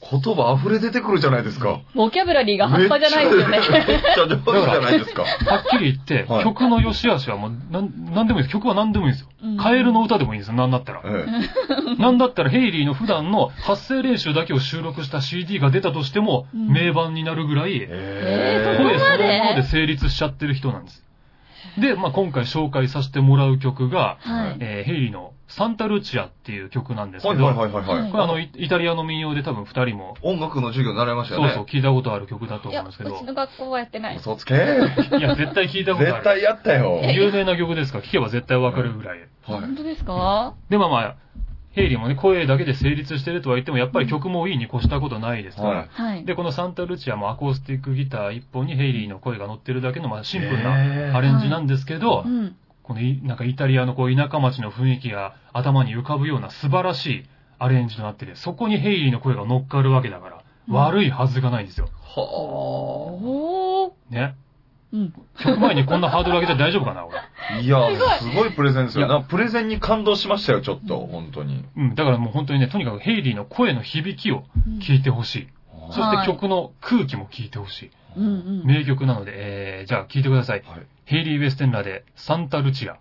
言葉溢れ出てくるじゃないですか。 ボキャブラリーが半端じゃないですよね。 めっちゃ上手じゃないですか。 はっきり言って、はい、曲の良し悪しはもうなん、なんでもいいです。曲は何でもいいですよ。うん、カエルの歌でもいいんですよ。なんだったら。ええ、なんだったらヘイリーの普段の発声練習だけを収録した シーディー が出たとしても、うん、名盤になるぐらい、 えー、 声そのもので成立しちゃってる人なんです。で、まあ、今回紹介させてもらう曲が、はい、えー、ヘイリーのサンタルチアっていう曲なんですけど、 はいはいはいはい。 これあの、イタリアの民謡で多分二人も。 音楽の授業習いましたよね。 そうそう、聞いたことある曲だと思うんですけど。 いや、うちの学校はやってない。 嘘つけー。 いや、絶対聞いたことある。 絶対やったよ。 有名な曲ですから、聞けば絶対わかるぐらい。 はい。本当ですか？ で、まあまあ、ヘイリーもね、声だけで成立してるとは言っても、やっぱり曲もいいに越したことないですから。はい。で、このサンタルチアもアコースティックギター一本にヘイリーの声が乗ってるだけの、まあシンプルなアレンジなんですけど、はい、うん、このなんかイタリアのこう田舎町の雰囲気が頭に浮かぶような素晴らしいアレンジとなってて、そこにヘイリーの声が乗っかるわけだから、うん、悪いはずがないんですよ。 はぁ。ね。うん。曲前にこんなハードル上げて大丈夫かな、俺。 いや、すごいプレゼンですよ。なプレゼンに感動しましたよ、ちょっと、本当に。 うん、だからもう本当にね、とにかくヘイリーの声の響きを聞いてほしい。うん、そして曲の空気も聞いてほしい。うんうん、名曲なので、えー、じゃあ聞いてください。はい、ヘイリー・ウェステンラでサンタルチア。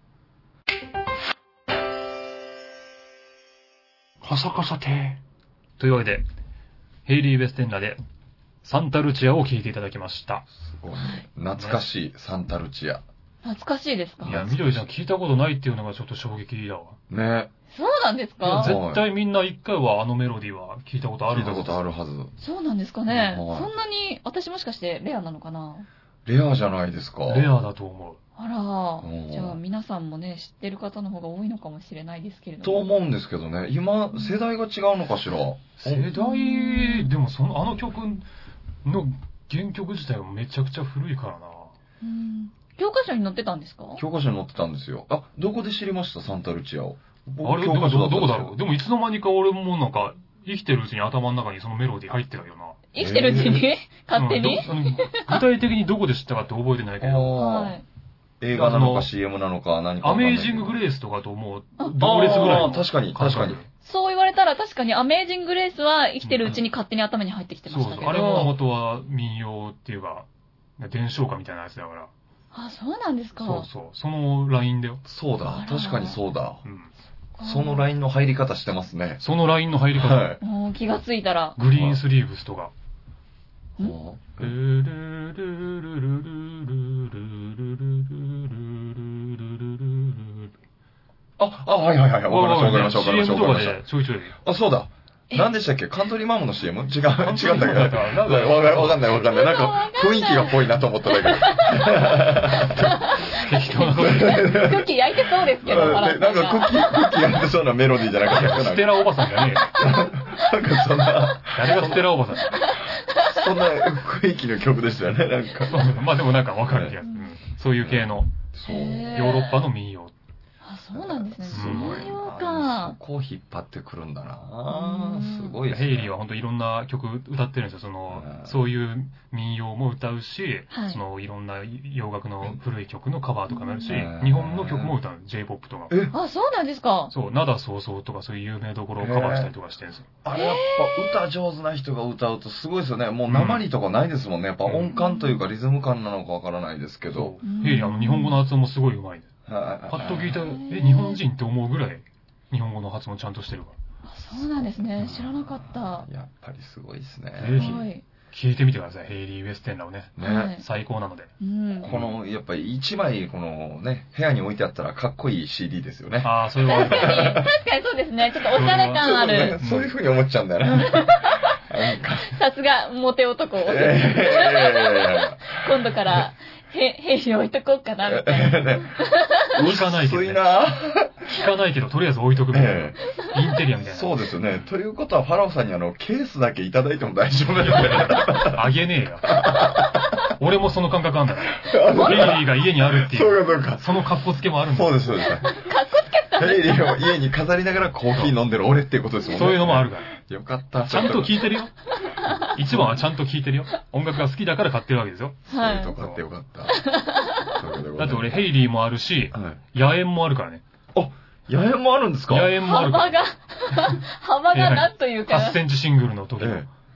カサカサてー。というわけで、ヘイリー・ウェステンラでサンタルチアを聴いていただきました。 すごい。懐かしい、ね、サンタルチア。 懐かしいですか？ いや、みどりちゃん聞いたことないっていうのがちょっと衝撃だわ。 ね。 そうなんですか？ 絶対みんな一回はあのメロディーは聞いたことあるはず。 聞いたことあるはず。 そうなんですかね。はい、そんなに、私もしかしてレアなのかな？ レアじゃないですか。 レアだと思う。 あら、じゃあ皆さんもね、知ってる方の方が多いのかもしれないですけれども。 と思うんですけどね。今、世代が違うのかしら。 世代、でもその、あの曲の原曲自体はめちゃくちゃ古いからな。 うん。教科書に載ってたんですか？ 教科書に載ってたんですよ。あ、どこで知りました？サンタルチアを。 あれ、どこどこだろう？でもいつの間にか俺もなんか、生きてるうちに頭の中にそのメロディー入ってるよな。 生きてるうちに、えー、勝手に、 うん、具体的にどこで知ったかって覚えてないけど。はい。 映画なのか シーエム なのか何か。 アメージンググレースとかともう、同列ぐらい。 確かに、確かに。 そう言われたら確かにアメージンググレースは生きてるうちに勝手に頭に入ってきてましたけど。 そうそう。あれも元は民謡っていうか、伝承歌みたいなやつだから。 あ、そうなんですか。 そうそう。そのラインだよ。 そうだ。確かにそうだ。うん。そのラインの入り方してますね。 そのラインの入り方。はい。 もう気がついたら。 グリーンスリーブスとか。 ん？ あ、あ、はいはいはい。わかりました、わかりました、わかりました。 シーエム とかでちょいちょい。 あ、そうだ。何でしたっけ？カントリーマームの シーエム？ 違う、違うんだけど。わかんないわかんない。なんか、雰囲気がぽいなと思っただけ。 適当なこと。 クッキー焼いてそうですけど、 なんかクッキー、クッキー焼いてそうなメロディーじゃなかったっけ？ ステラおばさんじゃねえよ。 なんかそんな。 誰がステラおばさん？ そんな雰囲気の曲でしたよね、なんか。 まあでもなんかわかる気がする。そういう系の。そう。ヨーロッパの民謡。 あ、そうなんですね。 すごい。 か。 そこを引っ張ってくるんだな。すごいですね。ヘイリーは本当いろんな曲歌ってるんですよ。その、そういう民謡も歌うし、はい、そのいろんな洋楽の古い曲のカバーとかもあるし、日本の曲も歌う。J-ポップ とか。 えあ、そうなんですか。 そう、灘そうそうとかそういう有名どころをカバーしたりとかしてるんですよ。 あれやっぱ歌上手な人が歌うとすごいですよね。もう訛りとかないですもんね。やっぱ音感というかリズム感なのかわからないですけど。 ヘイリーあの日本語の発音もすごい上手いね。パッと聞いたら、え、日本人って思うぐらい、日本語の発音ちゃんとしてるから。 あ、そうなんですね。知らなかった。 やっぱりすごいですね。 ぜひ、聞いてみてください。ヘイリー・ウェステンラをね。ね。最高なので。 うん、この、やっぱり一枚、このね、部屋に置いてあったらかっこいい シーディー ですよね。 ああ、それは。 確かに、確かにそうですね。ちょっとおしゃれ感ある。 そういう風に思っちゃうんだよね。 さすが、モテ男。今度から、へ、兵士置いとこうかな、みたいな。 聞かないけど、ね。聞かないけど、とりあえず置いとくみたいな。インテリアみたいな。 そうですよね。ということは、ファラオさんにあの、ケースだけいただいても大丈夫ですよね。 あげねえよ。俺もその感覚あんだから。ヘイリーが家にあるっていう。 そうかそうか。 その格好つけもあるんだ。 そうです、そうです。 格好つけたヘイリーを家に飾りながらコーヒー飲んでる俺っていうことですもんね。 そういうのもあるから。 よかった。 ちゃんと聞いてるよ。一番はちゃんと聞いてるよ。音楽が好きだから買ってるわけですよ。 はい。そういうとこあってよかった。 だって俺ヘイリーもあるし、野猿もあるからね。 あ、野猿もあるんですか？ 野猿もあるから。 幅が、幅がなんというか。 はちセンチシングルの時の。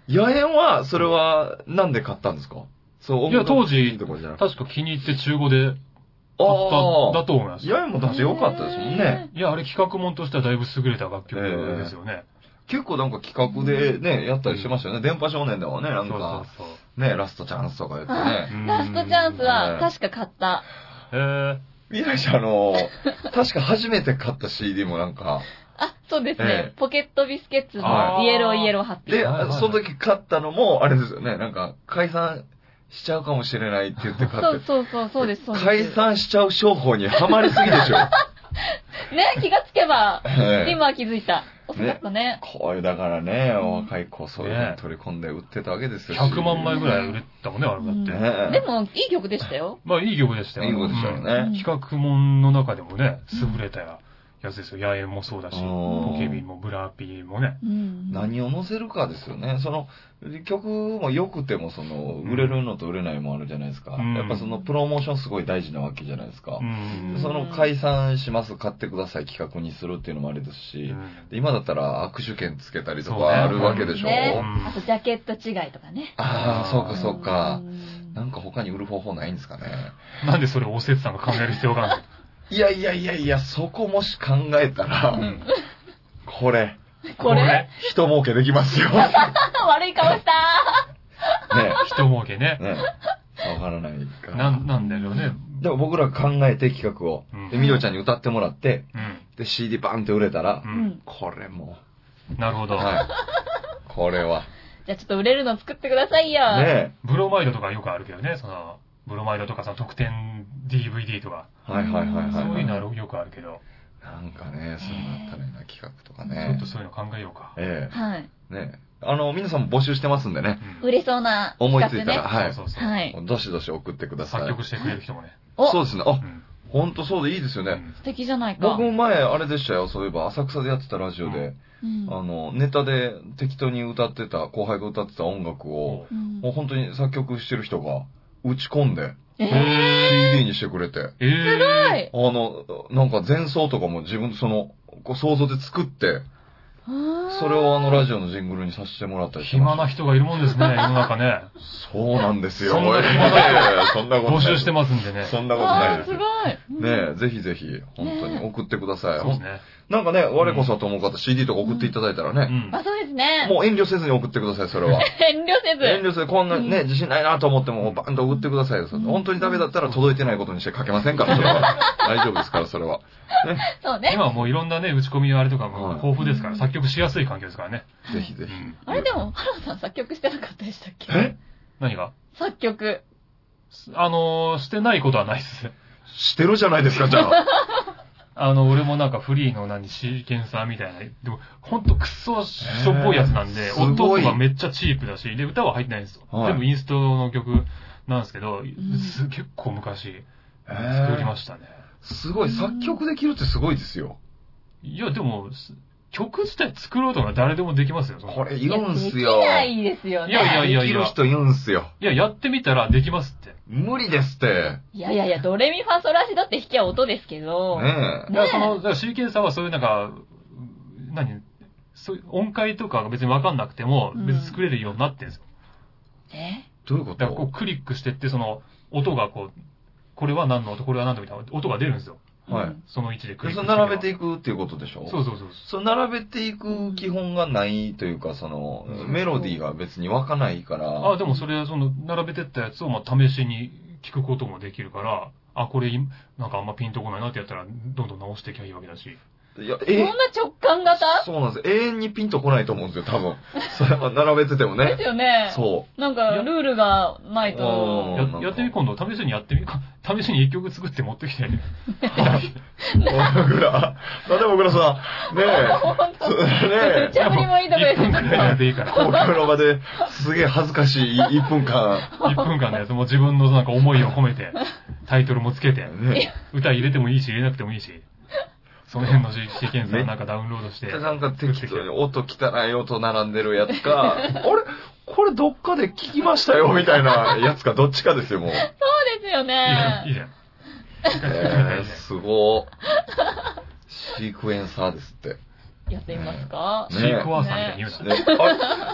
野猿は、それは、なんで買ったんですか？そう、 いや、当時、確か気に入って中古で、あった、だと思います。 野猿も確か良かったですもんね。 いや、あれ企画もんとしてはだいぶ優れた楽曲ですよね。 結構なんか企画でね、やったりしてましたよね。電波少年でもね、なんか、ね、ラストチャンスとかやってね。 ラストチャンスは確か買った。 へぇ。 宮崎さん、あの、確か初めて買った シーディー もなんか、 あ、そうですね。ポケットビスケッツのイエローイエローハッピー。 で、その時買ったのも、あれですよね、なんか、解散しちゃうかもしれないって言って買って。 そうそうそう、そうです、そうです。 解散しちゃう商法にはまりすぎでしょ。 ね、気がつけば、今気づいた。遅かったね。 こういう、だからね、お若い子、そういうの取り込んで売ってたわけですよ。 ひゃくまんまいぐらい売れたもんね、あれだって。 でも、いい曲でしたよ。 まあ、いい曲でしたよ。 いい曲でしたよね。 企画もんの中でもね、優れたやつですよ。野猿もそうだし、ポケビンもブラーピーもね。 何を載せるかですよね。その、曲も良くても、その、売れるのと売れないもあるじゃないですか。やっぱその、プロモーションすごい大事なわけじゃないですか。その、解散します、買ってください企画にするっていうのもあれですし、今だったら握手券つけたりとかあるわけでしょ。 あと、ジャケット違いとかね。 ああ、そうかそうか。なんか他に売る方法ないんですかね。 なんでそれをおせつさんが考える必要があるの？ いやいやいやいや、そこもし考えたら、これ。 これ人儲けできますよ。 悪い顔したー。ね人儲けね。 ねわからないか。 なん、なんだろうね。 でも僕ら考えて企画を。で、みどちゃんに歌ってもらって、で、シーディー バーンって売れたら、これもう。なるほど。 はい。これは。 じゃあちょっと売れるの作ってくださいよ。 ねブロマイドとかよくあるけどね、その、ブロマイドとかその特典 ディーブイディー とか。 はいはいはいはい。 そういうのはよくあるけど。 なんかね、そうなったらいいな、企画とかね。 ちょっとそういうの考えようか。 ええ。はい。 ねあの、皆さんも募集してますんでね。 売れそうな思いついたら、はい。 そうそうそう。 はい。 どしどし送ってください。 作曲してくれる人もね。 そうですね。あ、ほんとそうでいいですよね。 素敵じゃないか。 僕も前、あれでしたよ。そういえば、浅草でやってたラジオで、あの、ネタで適当に歌ってた、後輩が歌ってた音楽を、もう本当に作曲してる人が打ち込んで、シーディー にしてくれて。 えー、すごいあの、なんか前奏とかも自分、その、こう想像で作って、それをあのラジオのジングルにさせてもらったりして暇な人がいるもんですね、世の中ね。 そうなんですよ。 そんな暇なそんなこと募集してますんでね。 そんなことないです。 すごい。 ねえ、ぜひぜひ、本当に送ってください。 そうですね。 なんかね、我こそと思う方 シーディー とか送っていただいたらね。 あ、そうですね。 もう遠慮せずに送ってください、それは。 遠慮せず。 遠慮せず、こんなね、自信ないなと思っても、バンと送ってくださいよ。本当にダメだったら届いてないことにして書けませんから、それは。大丈夫ですから、それは。 ね。そうね。 今はもういろんなね、打ち込みあれとかも豊富ですから、作曲しやすい環境ですからね。 ぜひぜひ。 あれでも、ハローさん作曲してなかったでしたっけ？ え？ 何が？ 作曲。 あの、してないことはないです。 してるじゃないですか、じゃあ。 あの、俺もなんかフリーの何、シーケンサーみたいな。でも、ほんとクソしょっぽいやつなんで、音とかめっちゃチープだし、で、歌は入ってないんですよ。はい、全部インストの曲なんですけど、うん、す結構昔、作りましたね。 すごい、作曲できるってすごいですよ。 いや、でも、曲自体作ろうとか誰でもできますよ。 これ言うんすよ。 できないですよね。 いやいやいやいや。できる人言うんすよ。 いや、やってみたらできますって。 無理ですって。 いやいやいや、ドレミファソラシドって弾きゃ音ですけど。 ねえ。 だからその、だからシーケンサーはそういうなんか、何そういう音階とかが別にわかんなくても、別に作れるようになってるんですよ。 うん、えどういうことだからこうクリックしてって、その、音がこう、これは何の音、これは何のみたいな音が出るんですよ。 はい。 その位置でクリックして。 それ並べていくっていうことでしょ？ そうそうそう。 それ並べていく基本がないというか、その、メロディーが別に湧かないから。 あ、でもそれ、その、並べてったやつを、まあ、試しに聞くこともできるから、あ、これ、なんかあんまピンとこないなってやったら、どんどん直していけばいいわけだし。 いや、 えー、そんな直感型？ そうなんです。永遠にピンとこないと思うんですよ、多分。それは並べててもね。 ですよね。 そう。 なんか、ルールがないと。 や、やってみ、今度、試しにやってみ、試しに一曲作って持ってきて。 僕ら、なんで僕らさ、ねえ。 ほんと。ねえ。ちゃぶりもいいとこですよ。いっぷんくらいやっていいから。 公共の場ですげえ恥ずかしいいっぷんかん。 いっぷんかんのやつも自分のなんか思いを込めて、タイトルもつけて、ね、歌入れてもいいし、入れなくてもいいし。その辺のシーケンサーなんかダウンロードして。 なんか適当に音汚い音並んでるやつか、あれこれどっかで聞きましたよみたいなやつかどっちかですよ、もう。そうですよね。 いいじゃん。 えー、すごー。シークエンサーですって。 やってみますか、 ね、シークワーサーみたいに言うな。 ね、あ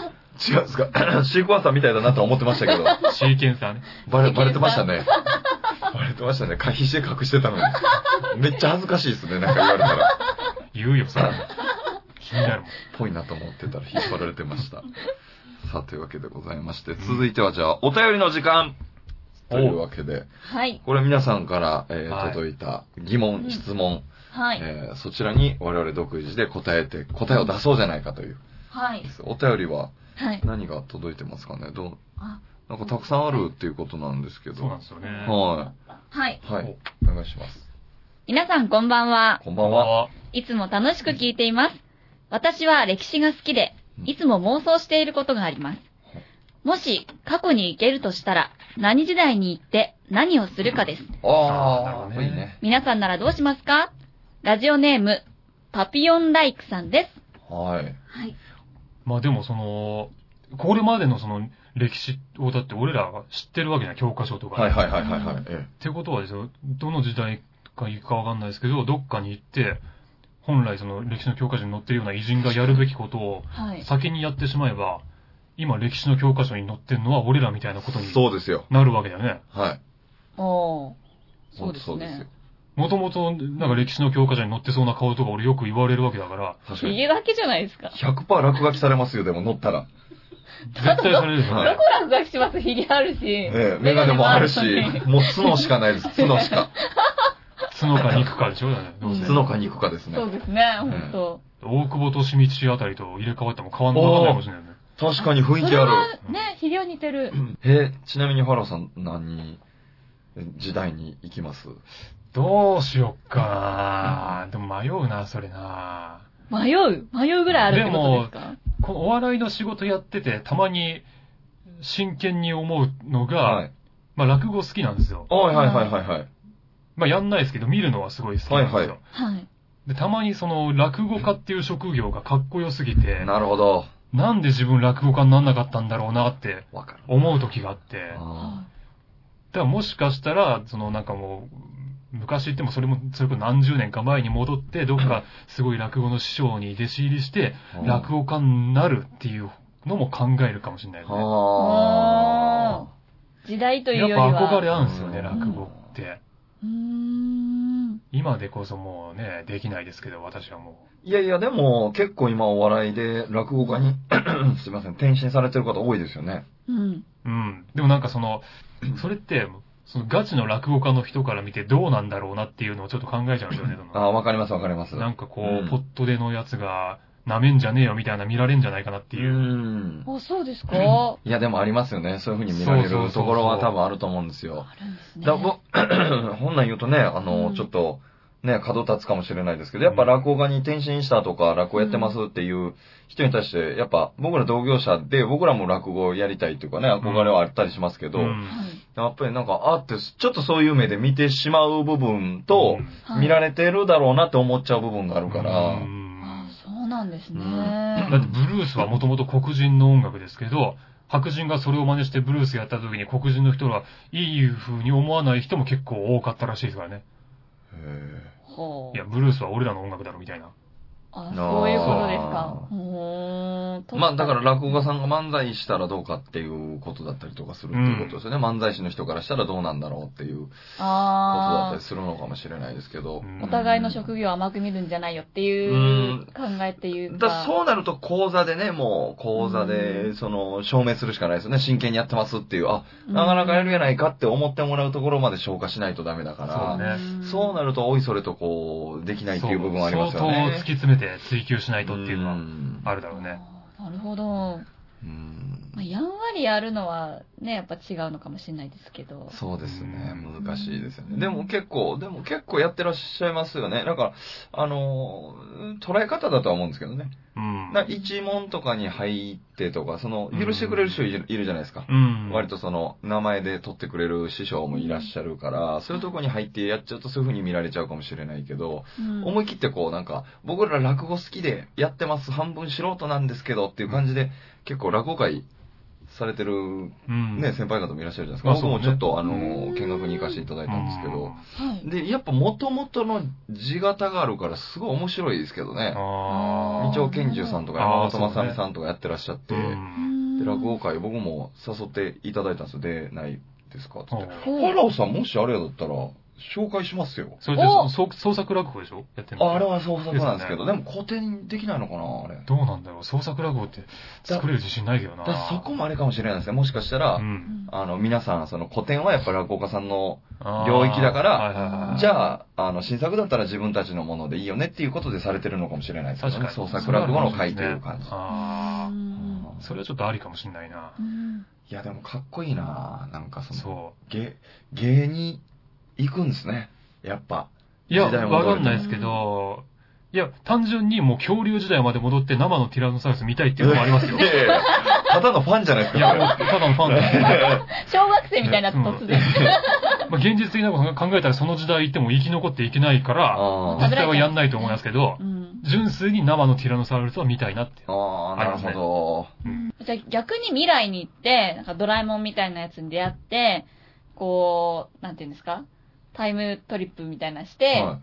違うんですかシークワーサーみたいだなとは思ってましたけど。 シーケンサーね。 バレ、バレてましたね。バレてましたね。必死で隠してたのに。めっちゃ恥ずかしいですね、なんか言われたら。 言うよ、それ。気になるもん。 ぽいなと思ってたら引っ張られてました。さあ、というわけでございまして、続いてはじゃあ、お便りの時間というわけで、 はい。 これ皆さんから、えーはい、 届いた疑問、質問、 はい、 えー、そちらに我々独自で答えて、答えを出そうじゃないかという。 はい。 お便りは、 はい。 何が届いてますかね、どうなんかたくさんあるっていうことなんですけど。 そうなんですよね。 はい。 はい。 はい。お願いします。 皆さんこんばんは。 こんばんは。 いつも楽しく聞いています。私は歴史が好きで、いつも妄想していることがあります。もし過去に行けるとしたら、何時代に行って何をするかです。 ああ、なるほどね。いいね。 皆さんならどうしますか？ラジオネーム、パピヨンライクさんです。 はい。 はい。 まあでもその、これまでのその歴史をだって俺らが知ってるわけじゃん、教科書とか。 はいはいはいはい、はい。 ってことはですよ、どの時代か行くかわかんないですけど、どっかに行って、本来その歴史の教科書に載ってるような偉人がやるべきことを先にやってしまえば、今歴史の教科書に載ってるのは俺らみたいなことになるわけだよね。 はい。 おー。そうですね。そうですよ。 もともと、なんか歴史の教科書に載ってそうな顔とか俺よく言われるわけだから。 確かに。 家だけじゃないですか。 ひゃくパーセント落書きされますよ、でも載ったら。 絶対されるよね。 どこ落書きします？ひげあるし。 ええ、メガネもあるし、もう角しかないです。角しか。 角か肉かでしょだね。 角か肉かですね。 そうですね、ほんと。 大久保利通あたりと入れ替わっても変わんなかったかもしれないね。 確かに雰囲気ある。 ね、ひげは似てる。 え、ちなみにファラオさん何時代に行きます？ どうしよっかな。でも迷うな、それな。 迷う迷うぐらいあるってことですか？でも、 このお笑いの仕事やってて、たまに真剣に思うのが、はい、まあ落語好きなんですよ。 はいはいはいはいはい。 まあやんないですけど、見るのはすごい好きなんですよ。はいはい。 で、たまにその落語家っていう職業がかっこよすぎて、 なるほど。 なんで自分落語家になんなかったんだろうなって思う時があって、だからもしかしたら、そのなんかもう、昔言ってもそれも、それこそ何十年か前に戻って、どっかすごい落語の師匠に弟子入りして、落語家になるっていうのも考えるかもしれないですね。 あー。時代というよりは。 やっぱ憧れあるんですよね、落語って。 うーん。 今でこそもうね、できないですけど、私はもう。いやいや、でも結構今お笑いで落語家に、すいません、転身されてる方多いですよね。 うん。 うん。でもなんかその、それって、そのガチの落語家の人から見てどうなんだろうなっていうのをちょっと考えちゃうんですよね。 ああ、わかりますわかります。 なんかこう、うん、ポットでのやつが、舐めんじゃねえよみたいな見られんじゃないかなっていう。 うんあ、そうですか？ いや、でもありますよね。そういう風に見られるところは多分あると思うんですよ。 あるんですね。 だぼ本来言うとね、あの、うん、ちょっと、ね、角立つかもしれないですけど、やっぱ落語家に転身したとか、落語やってますっていう人に対して、やっぱ僕ら同業者で、僕らも落語をやりたいっていうかね、憧れはあったりしますけど、うん、やっぱりなんか、あって、ちょっとそういう目で見てしまう部分と、うん、見られてるだろうなって思っちゃう部分があるから、うん、 あ、そうなんですね。 だってブルースはもともと黒人の音楽ですけど、白人がそれを真似してブルースやった時に黒人の人はいい風に思わない人も結構多かったらしいですからね。 へー。 いや、ブルースは俺らの音楽だろみたいな。 あ、そういうことですか。うーん。 まあ、だから落語家さんが漫才したらどうかっていうことだったりとかするっていうことですよね。うん、漫才師の人からしたらどうなんだろうっていうことだったりするのかもしれないですけど。 お互いの職業を甘く見るんじゃないよっていう考えっていうか。 だそうなると講座でね、もう講座でその証明するしかないですよね。真剣にやってますっていう、あ、なかなかやるやないかって思ってもらうところまで消化しないとダメだから、そうね、そうなるとおいそれとこうできないっていう部分はありますよね。 相当突き詰めて追求しないとっていうのはあるだろうね。 なるほど。うん、まあ、やんわりやるのはね、やっぱ違うのかもしれないですけど。 そうですね。難しいですよね。でも結構、でも結構やってらっしゃいますよね。なんか、あの、捉え方だとは思うんですけどね。うん。な一問とかに入ってとか、その、許してくれる人いる、いるじゃないですか。うん。割とその、名前で取ってくれる師匠もいらっしゃるから、そういうとこに入ってやっちゃうとそういう風に見られちゃうかもしれないけど、うん、思い切ってこう、なんか、僕ら落語好きでやってます、半分素人なんですけどっていう感じで、結構落語会されてる、ね、うん、先輩方もいらっしゃるじゃないですか。僕もちょっと、あの、見学に行かせていただいたんですけど、うん、で、やっぱ元々の地形があるからすごい面白いですけどね。二丁拳銃さんとか山本正美さんとかやってらっしゃって、でで、落語会、僕も誘っていただいたんですよ。で、ないですかって言って。ファラオさんもしあれだったら、紹介しますよ。 それで、創作落語でしょやってんの？ あれは創作なんですけど、でも古典できないのかなあれ。 どうなんだろう創作落語って作れる自信ないけどな。 だそこもあれかもしれないですね。もしかしたら、うん、あの、皆さん、その古典はやっぱり落語家さんの領域だから、はいはいはい、じゃあ、あの、新作だったら自分たちのものでいいよねっていうことでされてるのかもしれないですね。創作落語の会という感じ。ああ。それはちょっとありかもしれないな。 いや、でもかっこいいななんかその、そう。芸、芸に行くんですね。やっぱ。 いや、わかんないですけど、いや、単純にもう恐竜時代まで戻って生のティラノサウルス見たいっていうのもありますよ。いやいやただのファンじゃないですか。 いや、もうただのファンです。 小学生みたいな突然。 まあ現実的なこと考えたらその時代行っても生き残っていけないから、実際はやんないと思いますけど、うん、純粋に生のティラノサウルスは見たいなって。 ああ、なるほど。 うん、じゃあ逆に未来に行って、なんかドラえもんみたいなやつに出会って、こう、なんていうんですかタイムトリップみたいなして、はい、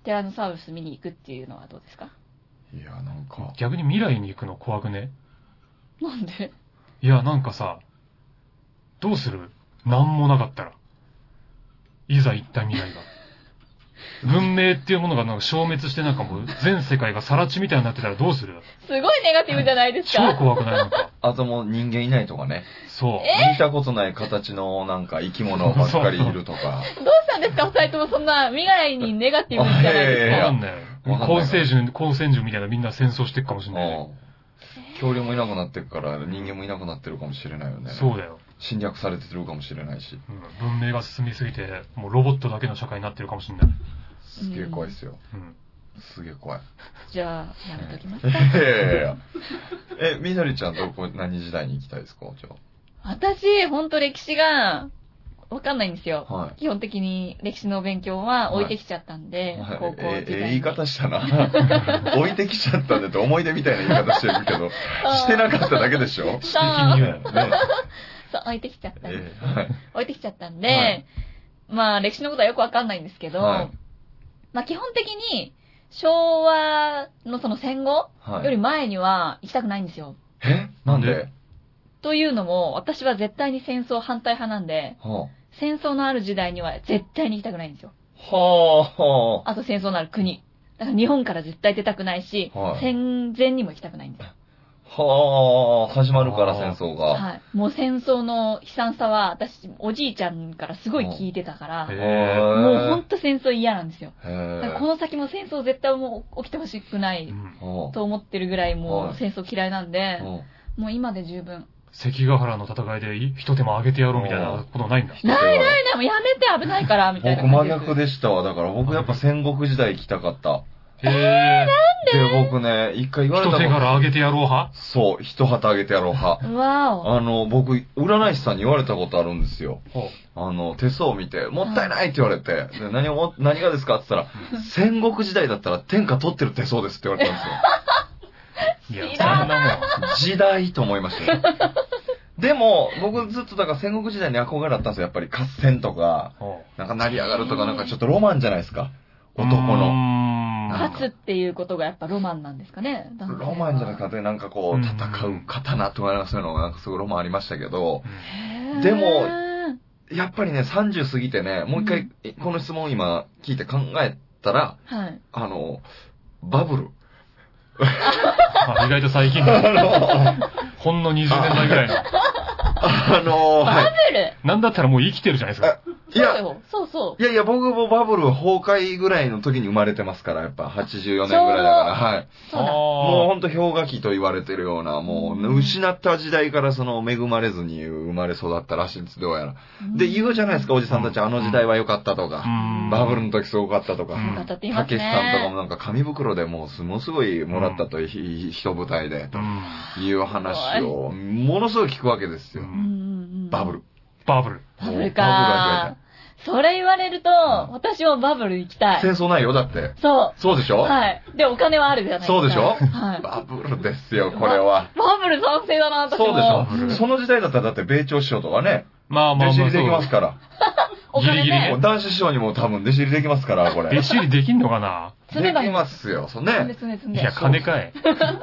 ティラノサウルス見に行くっていうのはどうですか？ いや、なんか。 逆に未来に行くの怖くね？ なんで？ いや、なんかさ、どうする？なんもなかったら。いざ行った未来が。文明っていうものがなんか消滅してなんかもう全世界が更地みたいになってたらどうする？ すごいネガティブじゃないですか。 超怖くないなんか。 あともう人間いないとかね。 そう。 見たことない形のなんか生き物ばっかりいるとか。 どうしたんですか二人ともそんな未来にネガティブじゃないですか。 わかんない。光線獣、光線獣みたいなみんな戦争していくかもしれない。 恐竜もいなくなっていくから人間もいなくなってるかもしれないよね。 そうだよ。 侵略されてるかもしれないし。 うん、文明が進みすぎて、もうロボットだけの社会になってるかもしれない。 すげえ怖いですよ。うん。すげえ怖い。 じゃあ、やめときますか。いやいやいや。え、みどりちゃんどこ、何時代に行きたいですかじゃあ。私、ほんと歴史が、わかんないんですよ。はい。基本的に歴史の勉強は置いてきちゃったんで、はい、高校時代に。え、 え、言い方したな。置いてきちゃったんでって思い出みたいな言い方してるけど、してなかっただけでしょ？ 指摘に言う。ね。そう、置いてきちゃったんで。えーはい、置いてきちゃったんで、はい、まあ、歴史のことはよくわかんないんですけど、はい、まあ、基本的に、昭和のその戦後より前には行きたくないんですよ。 はい、えなんで？ というのも、私は絶対に戦争反対派なんで、はあ、戦争のある時代には絶対に行きたくないんですよ。はあ、はあ。あと戦争のある国。だから日本から絶対出たくないし、はあ、戦前にも行きたくないんですよ。 はあ、始まるから戦争が。 はい。もう戦争の悲惨さは、私、おじいちゃんからすごい聞いてたから、もうほんと戦争嫌なんですよ。だからこの先も戦争絶対もう起きてほしくないと思ってるぐらいもう戦争嫌いなんで、もう今で十分。 関ヶ原の戦いで一手間上げてやろうみたいなことないんだ。 ないないない、もうやめて危ないから、みたいな感じ。 僕真逆でしたわ。だから僕やっぱ戦国時代行きたかった。 へぇー。なんで、僕ね、一回言われたの。一手柄上げてやろう派？ そう、一旗上げてやろう派。 わお。 あの、僕、占い師さんに言われたことあるんですよ。あの、手相を見て、もったいないって言われて、で何を、何がですかって言ったら、戦国時代だったら天下取ってる手相ですって言われたんですよ。いや、そんなもん。時代と思いましたよ。でも、僕ずっとだから戦国時代に憧れだったんですよ。やっぱり合戦とか、なんか成り上がるとか、なんかちょっとロマンじゃないですか。男の。 勝つっていうことがやっぱロマンなんですかね。 ロマンじゃなくて、なんかこう、戦う刀とかそういうのがなんかすごいロマンありましたけど、でも、やっぱりね、さんじゅう過ぎてね、もう一回、この質問を今聞いて考えたら、はい、あの、バブル。 あ、意外と最近の。ほんのにじゅうねんまえぐらいの。 あのー、 バブル、 はい、なんだったらもう生きてるじゃないですか。 いや、 そうそう。 いやいや、僕もバブル崩壊ぐらいの時に生まれてますから、やっぱはちじゅうよねんぐらいだから、はい。そうだ。もうほんと氷河期と言われてるような、もう、失った時代からその恵まれずに生まれ育ったらしいんです、どうやら。で、言うじゃないですか、おじさんたち、あの時代は良かったとか、バブルの時すごかったとか、たけしさんとかもなんか紙袋でもう、ものすごいもらったと、一舞台で、という話を、ものすごい聞くわけですよ。バブル。 バブル。 バブルか。それ言われると、私もバブル行きたい。 戦争ないよ、だって。 そう。 そうでしょ？ はい。で、お金はあるじゃないですか。 そうでしょ？はい。バブルですよ、これは。 バブル賛成だな、私も。 そうでしょ？その時代だったらだって米朝師匠とかね。まあまあまあ。弟子入りできますから。 お金ね。ギリギリ。 男子師匠にも多分弟子入りできますから、これ。 弟子入りできんのかな？ できますよ、そうね。 いや、金かい。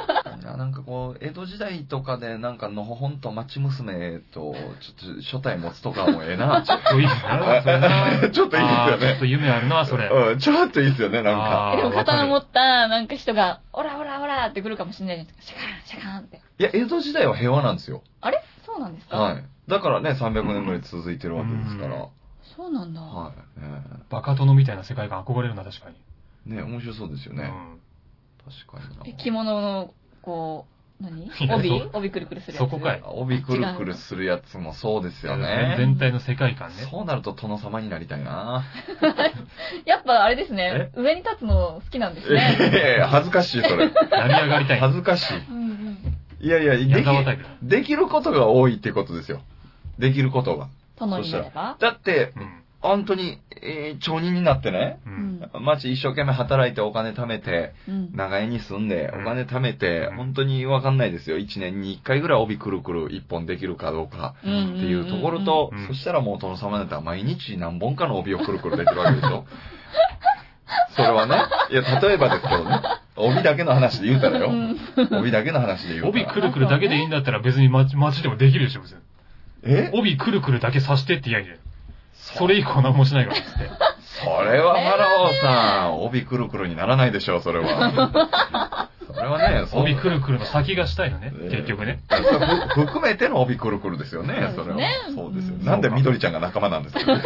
や、なんかこう、江戸時代とかで、なんかのほほんと町娘と、ちょっと初対持つとかもええな。 ちょっといいっすね。それなちょっといいっすよね。 ちょっと夢あるな、それ。 うん、ちょっといいっすよね、なんか。 でも刀持った、なんか人が、オラオラオラって来るかもしれないじゃないですか。シャカーン、シャカーンって。 いや、江戸時代は平和なんですよ。 あれそうなんですか？ はい。だからね、さんびゃくねんぐらい続いてるわけですから。 そうなんだ。 はい。えー、 バカ殿みたいな世界観憧れるな、確かに。 ね、面白そうですよね。うん、確かにな。 着物の、こう、何帯帯くるくるするやつ。 そこかい。 帯くるくるするやつもそうですよね。 全体の世界観ね。 そうなると殿様になりたいな。 やっぱあれですね。上に立つの好きなんですね。 ええ、恥ずかしい、それ。 成り上がりたい。 恥ずかしい。うんうん、いやいや、でき、できることが多いってことですよ。できることが。 殿になれば？ だって、うん本当に、えー、町人になってね、うん、町一生懸命働いてお金貯めて、うん、長屋に住んでお金貯めて、うん、本当にわかんないですよ。一年に一回ぐらい帯くるくる一本できるかどうかっていうところと、うんうんうんうん、そしたらもう殿様になったら毎日何本かの帯をくるくるできるわけでしょ。それはね、いや、例えばですけどね、帯だけの話で言うたらよ。帯だけの話で言うたら。 帯くるくるだけでいいんだったら別に町でもできるでしょ、別に。 え帯くるくるだけさしてって言えばいいんだよ。それ以降何もしないからっつって。 それはファラオさん、帯くるくるにならないでしょう、それは。それはね、 帯くるくるの先がしたいのね、えー、結局ね。 含めての帯くるくるですよね、それは。そうですよ。なんで緑ちゃんが仲間なんですかい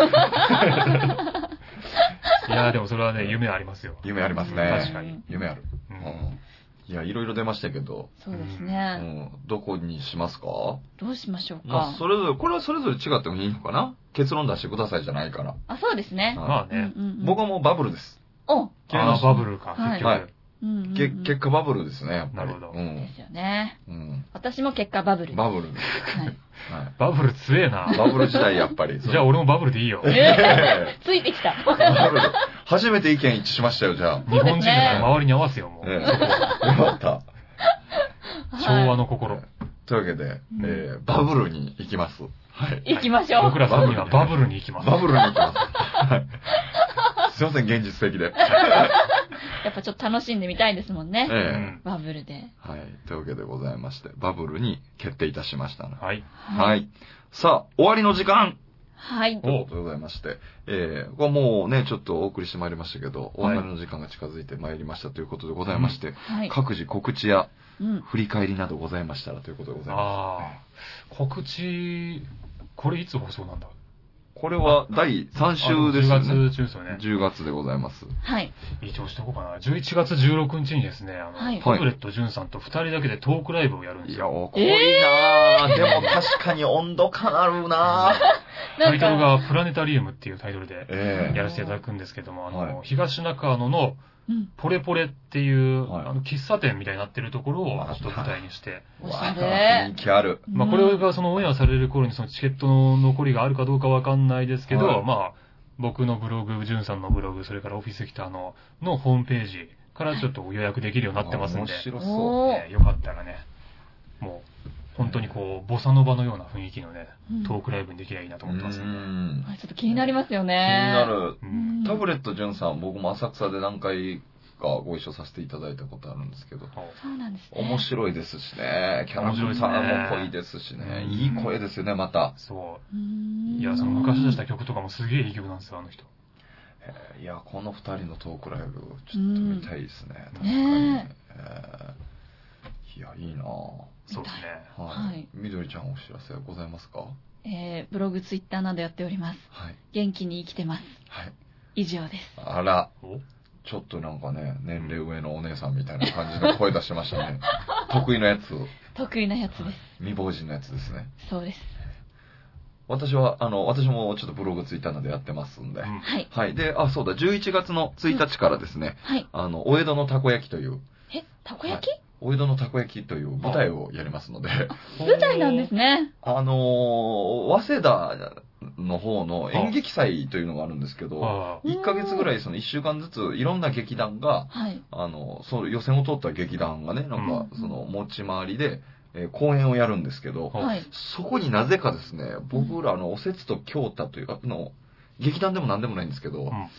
やーでもそれはね、夢ありますよ。 夢ありますね。 確かに。 夢ある。うんうんいや、いろいろ出ましたけど。 そうですね。 うん。どこにしますか？ どうしましょうか。 まあ、それぞれ、これはそれぞれ違ってもいいのかな？結論出してくださいじゃないから。 あ、そうですね。 まあね。 うんうんうん、 僕はもうバブルです。 おああ、バブルか、結局。はい。 うんうんうん、 け結果バブルですね、やっぱり。 なるほど。 うん、ですよね。 うん。 私も結果バブル。 バブルです。 はい。はい、 バブル強えな。 バブル時代やっぱり。 じゃあ俺もバブルでいいよ。 えー、ついてきた。 バブル。初めて意見一致しましたよ、じゃあ。 日本人だから周りに合わせよ、もう。 ね、よかった。 昭和の心。はい、 というわけで、うん、えー、バブルに行きます。はい。 行きましょう。 僕らさんにんはバブルに行きます。 バブルに行きます。はい。すいません、現実的で。 やっぱちょっと楽しんでみたいですもんね。 ええバブルで。 はい。というわけでございまして、バブルに決定いたしましたね。 はい。 はい。さあ、終わりの時間はい。 ということでございまして、えー、これもうね、ちょっとお送りしてまいりましたけど、お別れの時間が近づいてまいりましたということでございまして、うんはい、各自告知や振り返りなどございましたらということでございます。 ああ、告知、これいつ放送なんだ？ これはだいさん週ですよね。 じゅうがつ中ですよね。 じゅうがつでございます。 はい。 一応しておこうかな。じゅういちがつじゅうろくにちにですね、あの、はい、タブレット潤さんとふたりだけでトークライブをやるんですよ。 いや、濃いなぁ、えー。でも確かに温度感あるなぁ。 タイトルがプラネタリウムっていうタイトルでやらせていただくんですけども、あの、はい、東中野のポレポレっていう、はい、あの、喫茶店みたいになってるところをちょっと舞台にして。 おしゃれ。 人気ある。 まあ、これがそのオンエアされる頃にそのチケットの残りがあるかどうかわかんないですけど、はい、まあ、僕のブログ、ジュンさんのブログ、それからオフィスキターの、のホームページからちょっと予約できるようになってますんで。 面白そう。 ね、よかったらね、もう、本当にこう、ボサノバのような雰囲気のね、トークライブにできればいいなと思ってますんで。 うんちょっと気になりますよね。 気になる。タブレットジュンさん、僕も浅草で何回かご一緒させていただいたことあるんですけど。 そうなんですね。 面白いですしね。キャラクターも濃いですしね。いい声ですよね、また。 そう。いや、その昔出した曲とかもすげえいい曲なんですよ、あの人。 いや、この二人のトークライブ、ちょっと見たいですね。確かに。 ねえー、いや、いいなぁ。 そうですね。 はい。みどりちゃんお知らせはございますか？ えー、ブログ、ツイッターなどやっております。 はい。 元気に生きてます。 はい。 以上です。 あら。ちょっとなんかね、年齢上のお姉さんみたいな感じの声出してましたね。得意なやつ。 得意なやつです。はい、 未亡人のやつですね。 そうです。 私は、あの、私もちょっとブログツイッターなどやってますんで。 はい。 はい。で、あ、そうだ、じゅういちがつのついたちからですね、 うん、はい。 あの、お江戸のたこ焼きという。 え、たこ焼き、はい、 お江戸のたこ焼きという舞台をやりますので。 舞台なんですね。 あの、早稲田の方の演劇祭というのがあるんですけど、いっかげつぐらい、そのいっしゅうかんずついろんな劇団が、 はい、 あの、そう予選を通った劇団がね、なんか、その持ち回りで、えー、公演をやるんですけど、 はい、 そこになぜかですね、僕らのおせつと京太というか、の劇団でも何でもないんですけど、うん、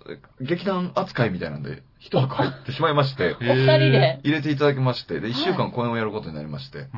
劇団扱いみたいなんで、一枠入ってしまいまして、 お二人で入れていただきまして、で、一週間公演をやることになりまして、はい、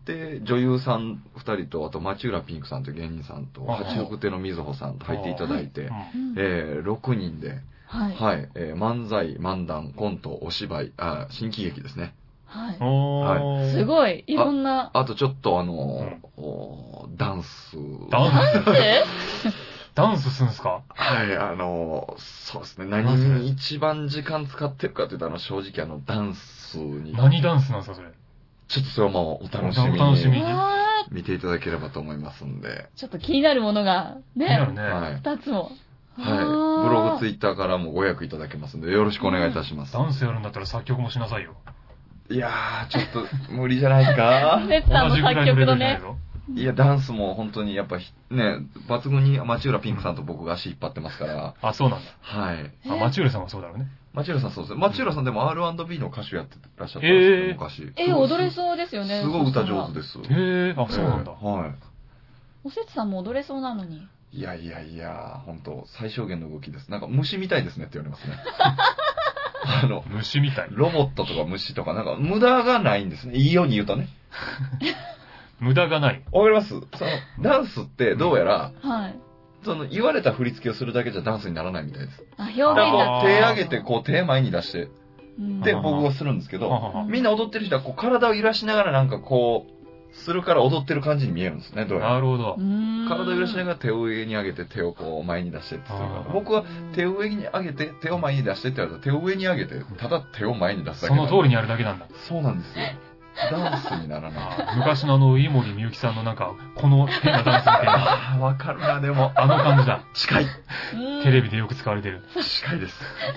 で、女優さん二人と、あと、町浦ピンクさんという芸人さんと、八億手のみずほさんと入っていただいて、えー、ろくにんで、はい、はい、えー、漫才、漫談、コント、お芝居、あ、新喜劇ですね。 はい。はい、すごい、いろんな。 あ、あとちょっとあのー、ダンス。 ダンスダンスするんですか？ はい、あの、そうですね。何に一番時間使ってるかっていうと、あの、正直あの、ダンスに。 何ダンスなんですか、それ。 ちょっとそれはもうお楽しみに。お楽しみに。見ていただければと思いますんで。 ちょっと気になるものが、ね。気になるね。 はい。 二つも。 はい。ブログ、ツイッターからもご予約いただけますんで、よろしくお願いいたします。 ダンスやるんだったら作曲もしなさいよ。 いやー、ちょっと無理じゃないか。 セッターの作曲のね。 いや、ダンスも本当にやっぱね、抜群に町浦ピンクさんと僕が足引っ張ってますから。 あ、そうなんだ。 はい。 あ、町浦さんはそうだろうね。 町浦さんそうですね。町浦さんでも アールアンドビー の歌手やってらっしゃったんですよ、昔。 えー、踊れそうですよね。 すごい歌上手です。 へえ、あ、そうなんだ。 はい。 おせつさんも踊れそうなのに。 いやいやいや、本当最小限の動きです。なんか虫みたいですねって言われますね。あの、 虫みたい。 ロボットとか虫とか、なんか無駄がないんですね。いいように言うとね。 無駄がない。 わかります？その、ダンスってどうやら、 はい。 その、言われた振り付けをするだけじゃダンスにならないみたいです。 あ、表現だ手上げて、こう手前に出して、で、僕はするんですけど、みんな踊ってる人は、こう体を揺らしながらなんかこう、するから踊ってる感じに見えるんですね、どうやら。 なるほど。 体を揺らしながら手を上に上げて、手をこう前に出してってするから。僕は手を上に上げて、手を前に出してって言われたら、手を上に上げて、ただ手を前に出すだけ。 その通りにやるだけなんだ。 そうなんですよ。ダンスにならない。 昔のあの、井森美幸さんのなんか、この変なダンスみたいな。 ああ、わかるな、でも。 あの感じだ。 近い。 テレビでよく使われてる。 近いです。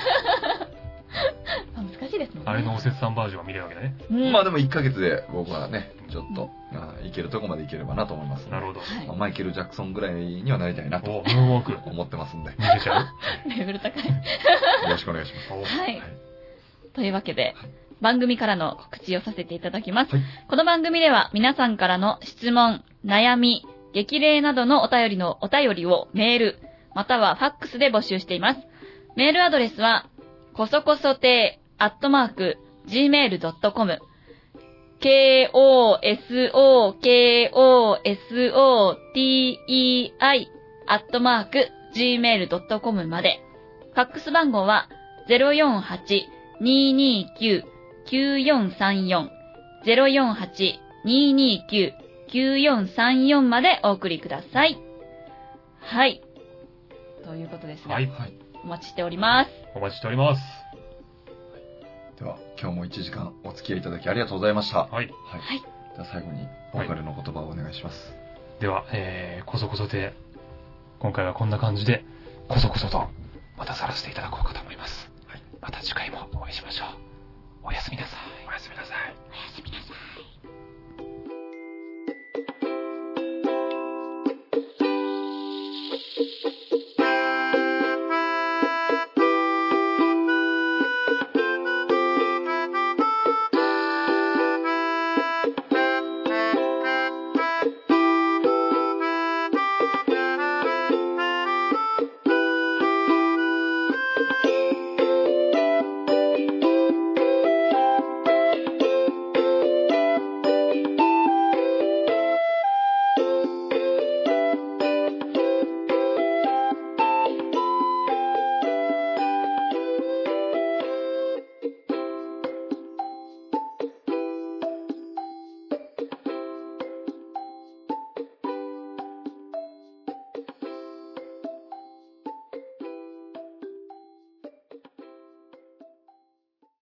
難しいですね。 あれのおせつさんバージョンが見れるわけだね。 うん、まあでもいっかげつで僕はね、ちょっと、うん、いけるとこまでいければなと思います。 なるほど。 まあ、マイケル・ジャクソンぐらいにはなりたいなとムーンウォーク思ってますんで。 見せちゃうレベル高い。よろしくお願いします。 はい。というわけで、番組からの告知をさせていただきます。はい、この番組では皆さんからの質問、悩み、激励などのお便りのお便りをメール、またはファックスで募集しています。メールアドレスは、こそこそてーアットマーク、ジーメールドットコム、ケーオーエスオーケーオーエスオーティーイーアイ アットマーク、ジーメールドットコムまで。ファックス番号は ゼロよんはち にーにーきゅう きゅうよんさんよん ゼロよんはち にーにーきゅう きゅうよんさんよんまでお送りください。はい。ということですが、はい、お待ちしております。 お待ちしております。 では、今日もいちじかんお付き合いいただきありがとうございました。 はい。はい。 では最後にお別れの言葉をお願いします。はい、 では、えー、こそこそで、今回はこんな感じで、こそこそと、またさらせていただこうかと思います。はい。また次回もお会いしましょう。おやすみなさい。 おやすみなさい。 おやすみなさい。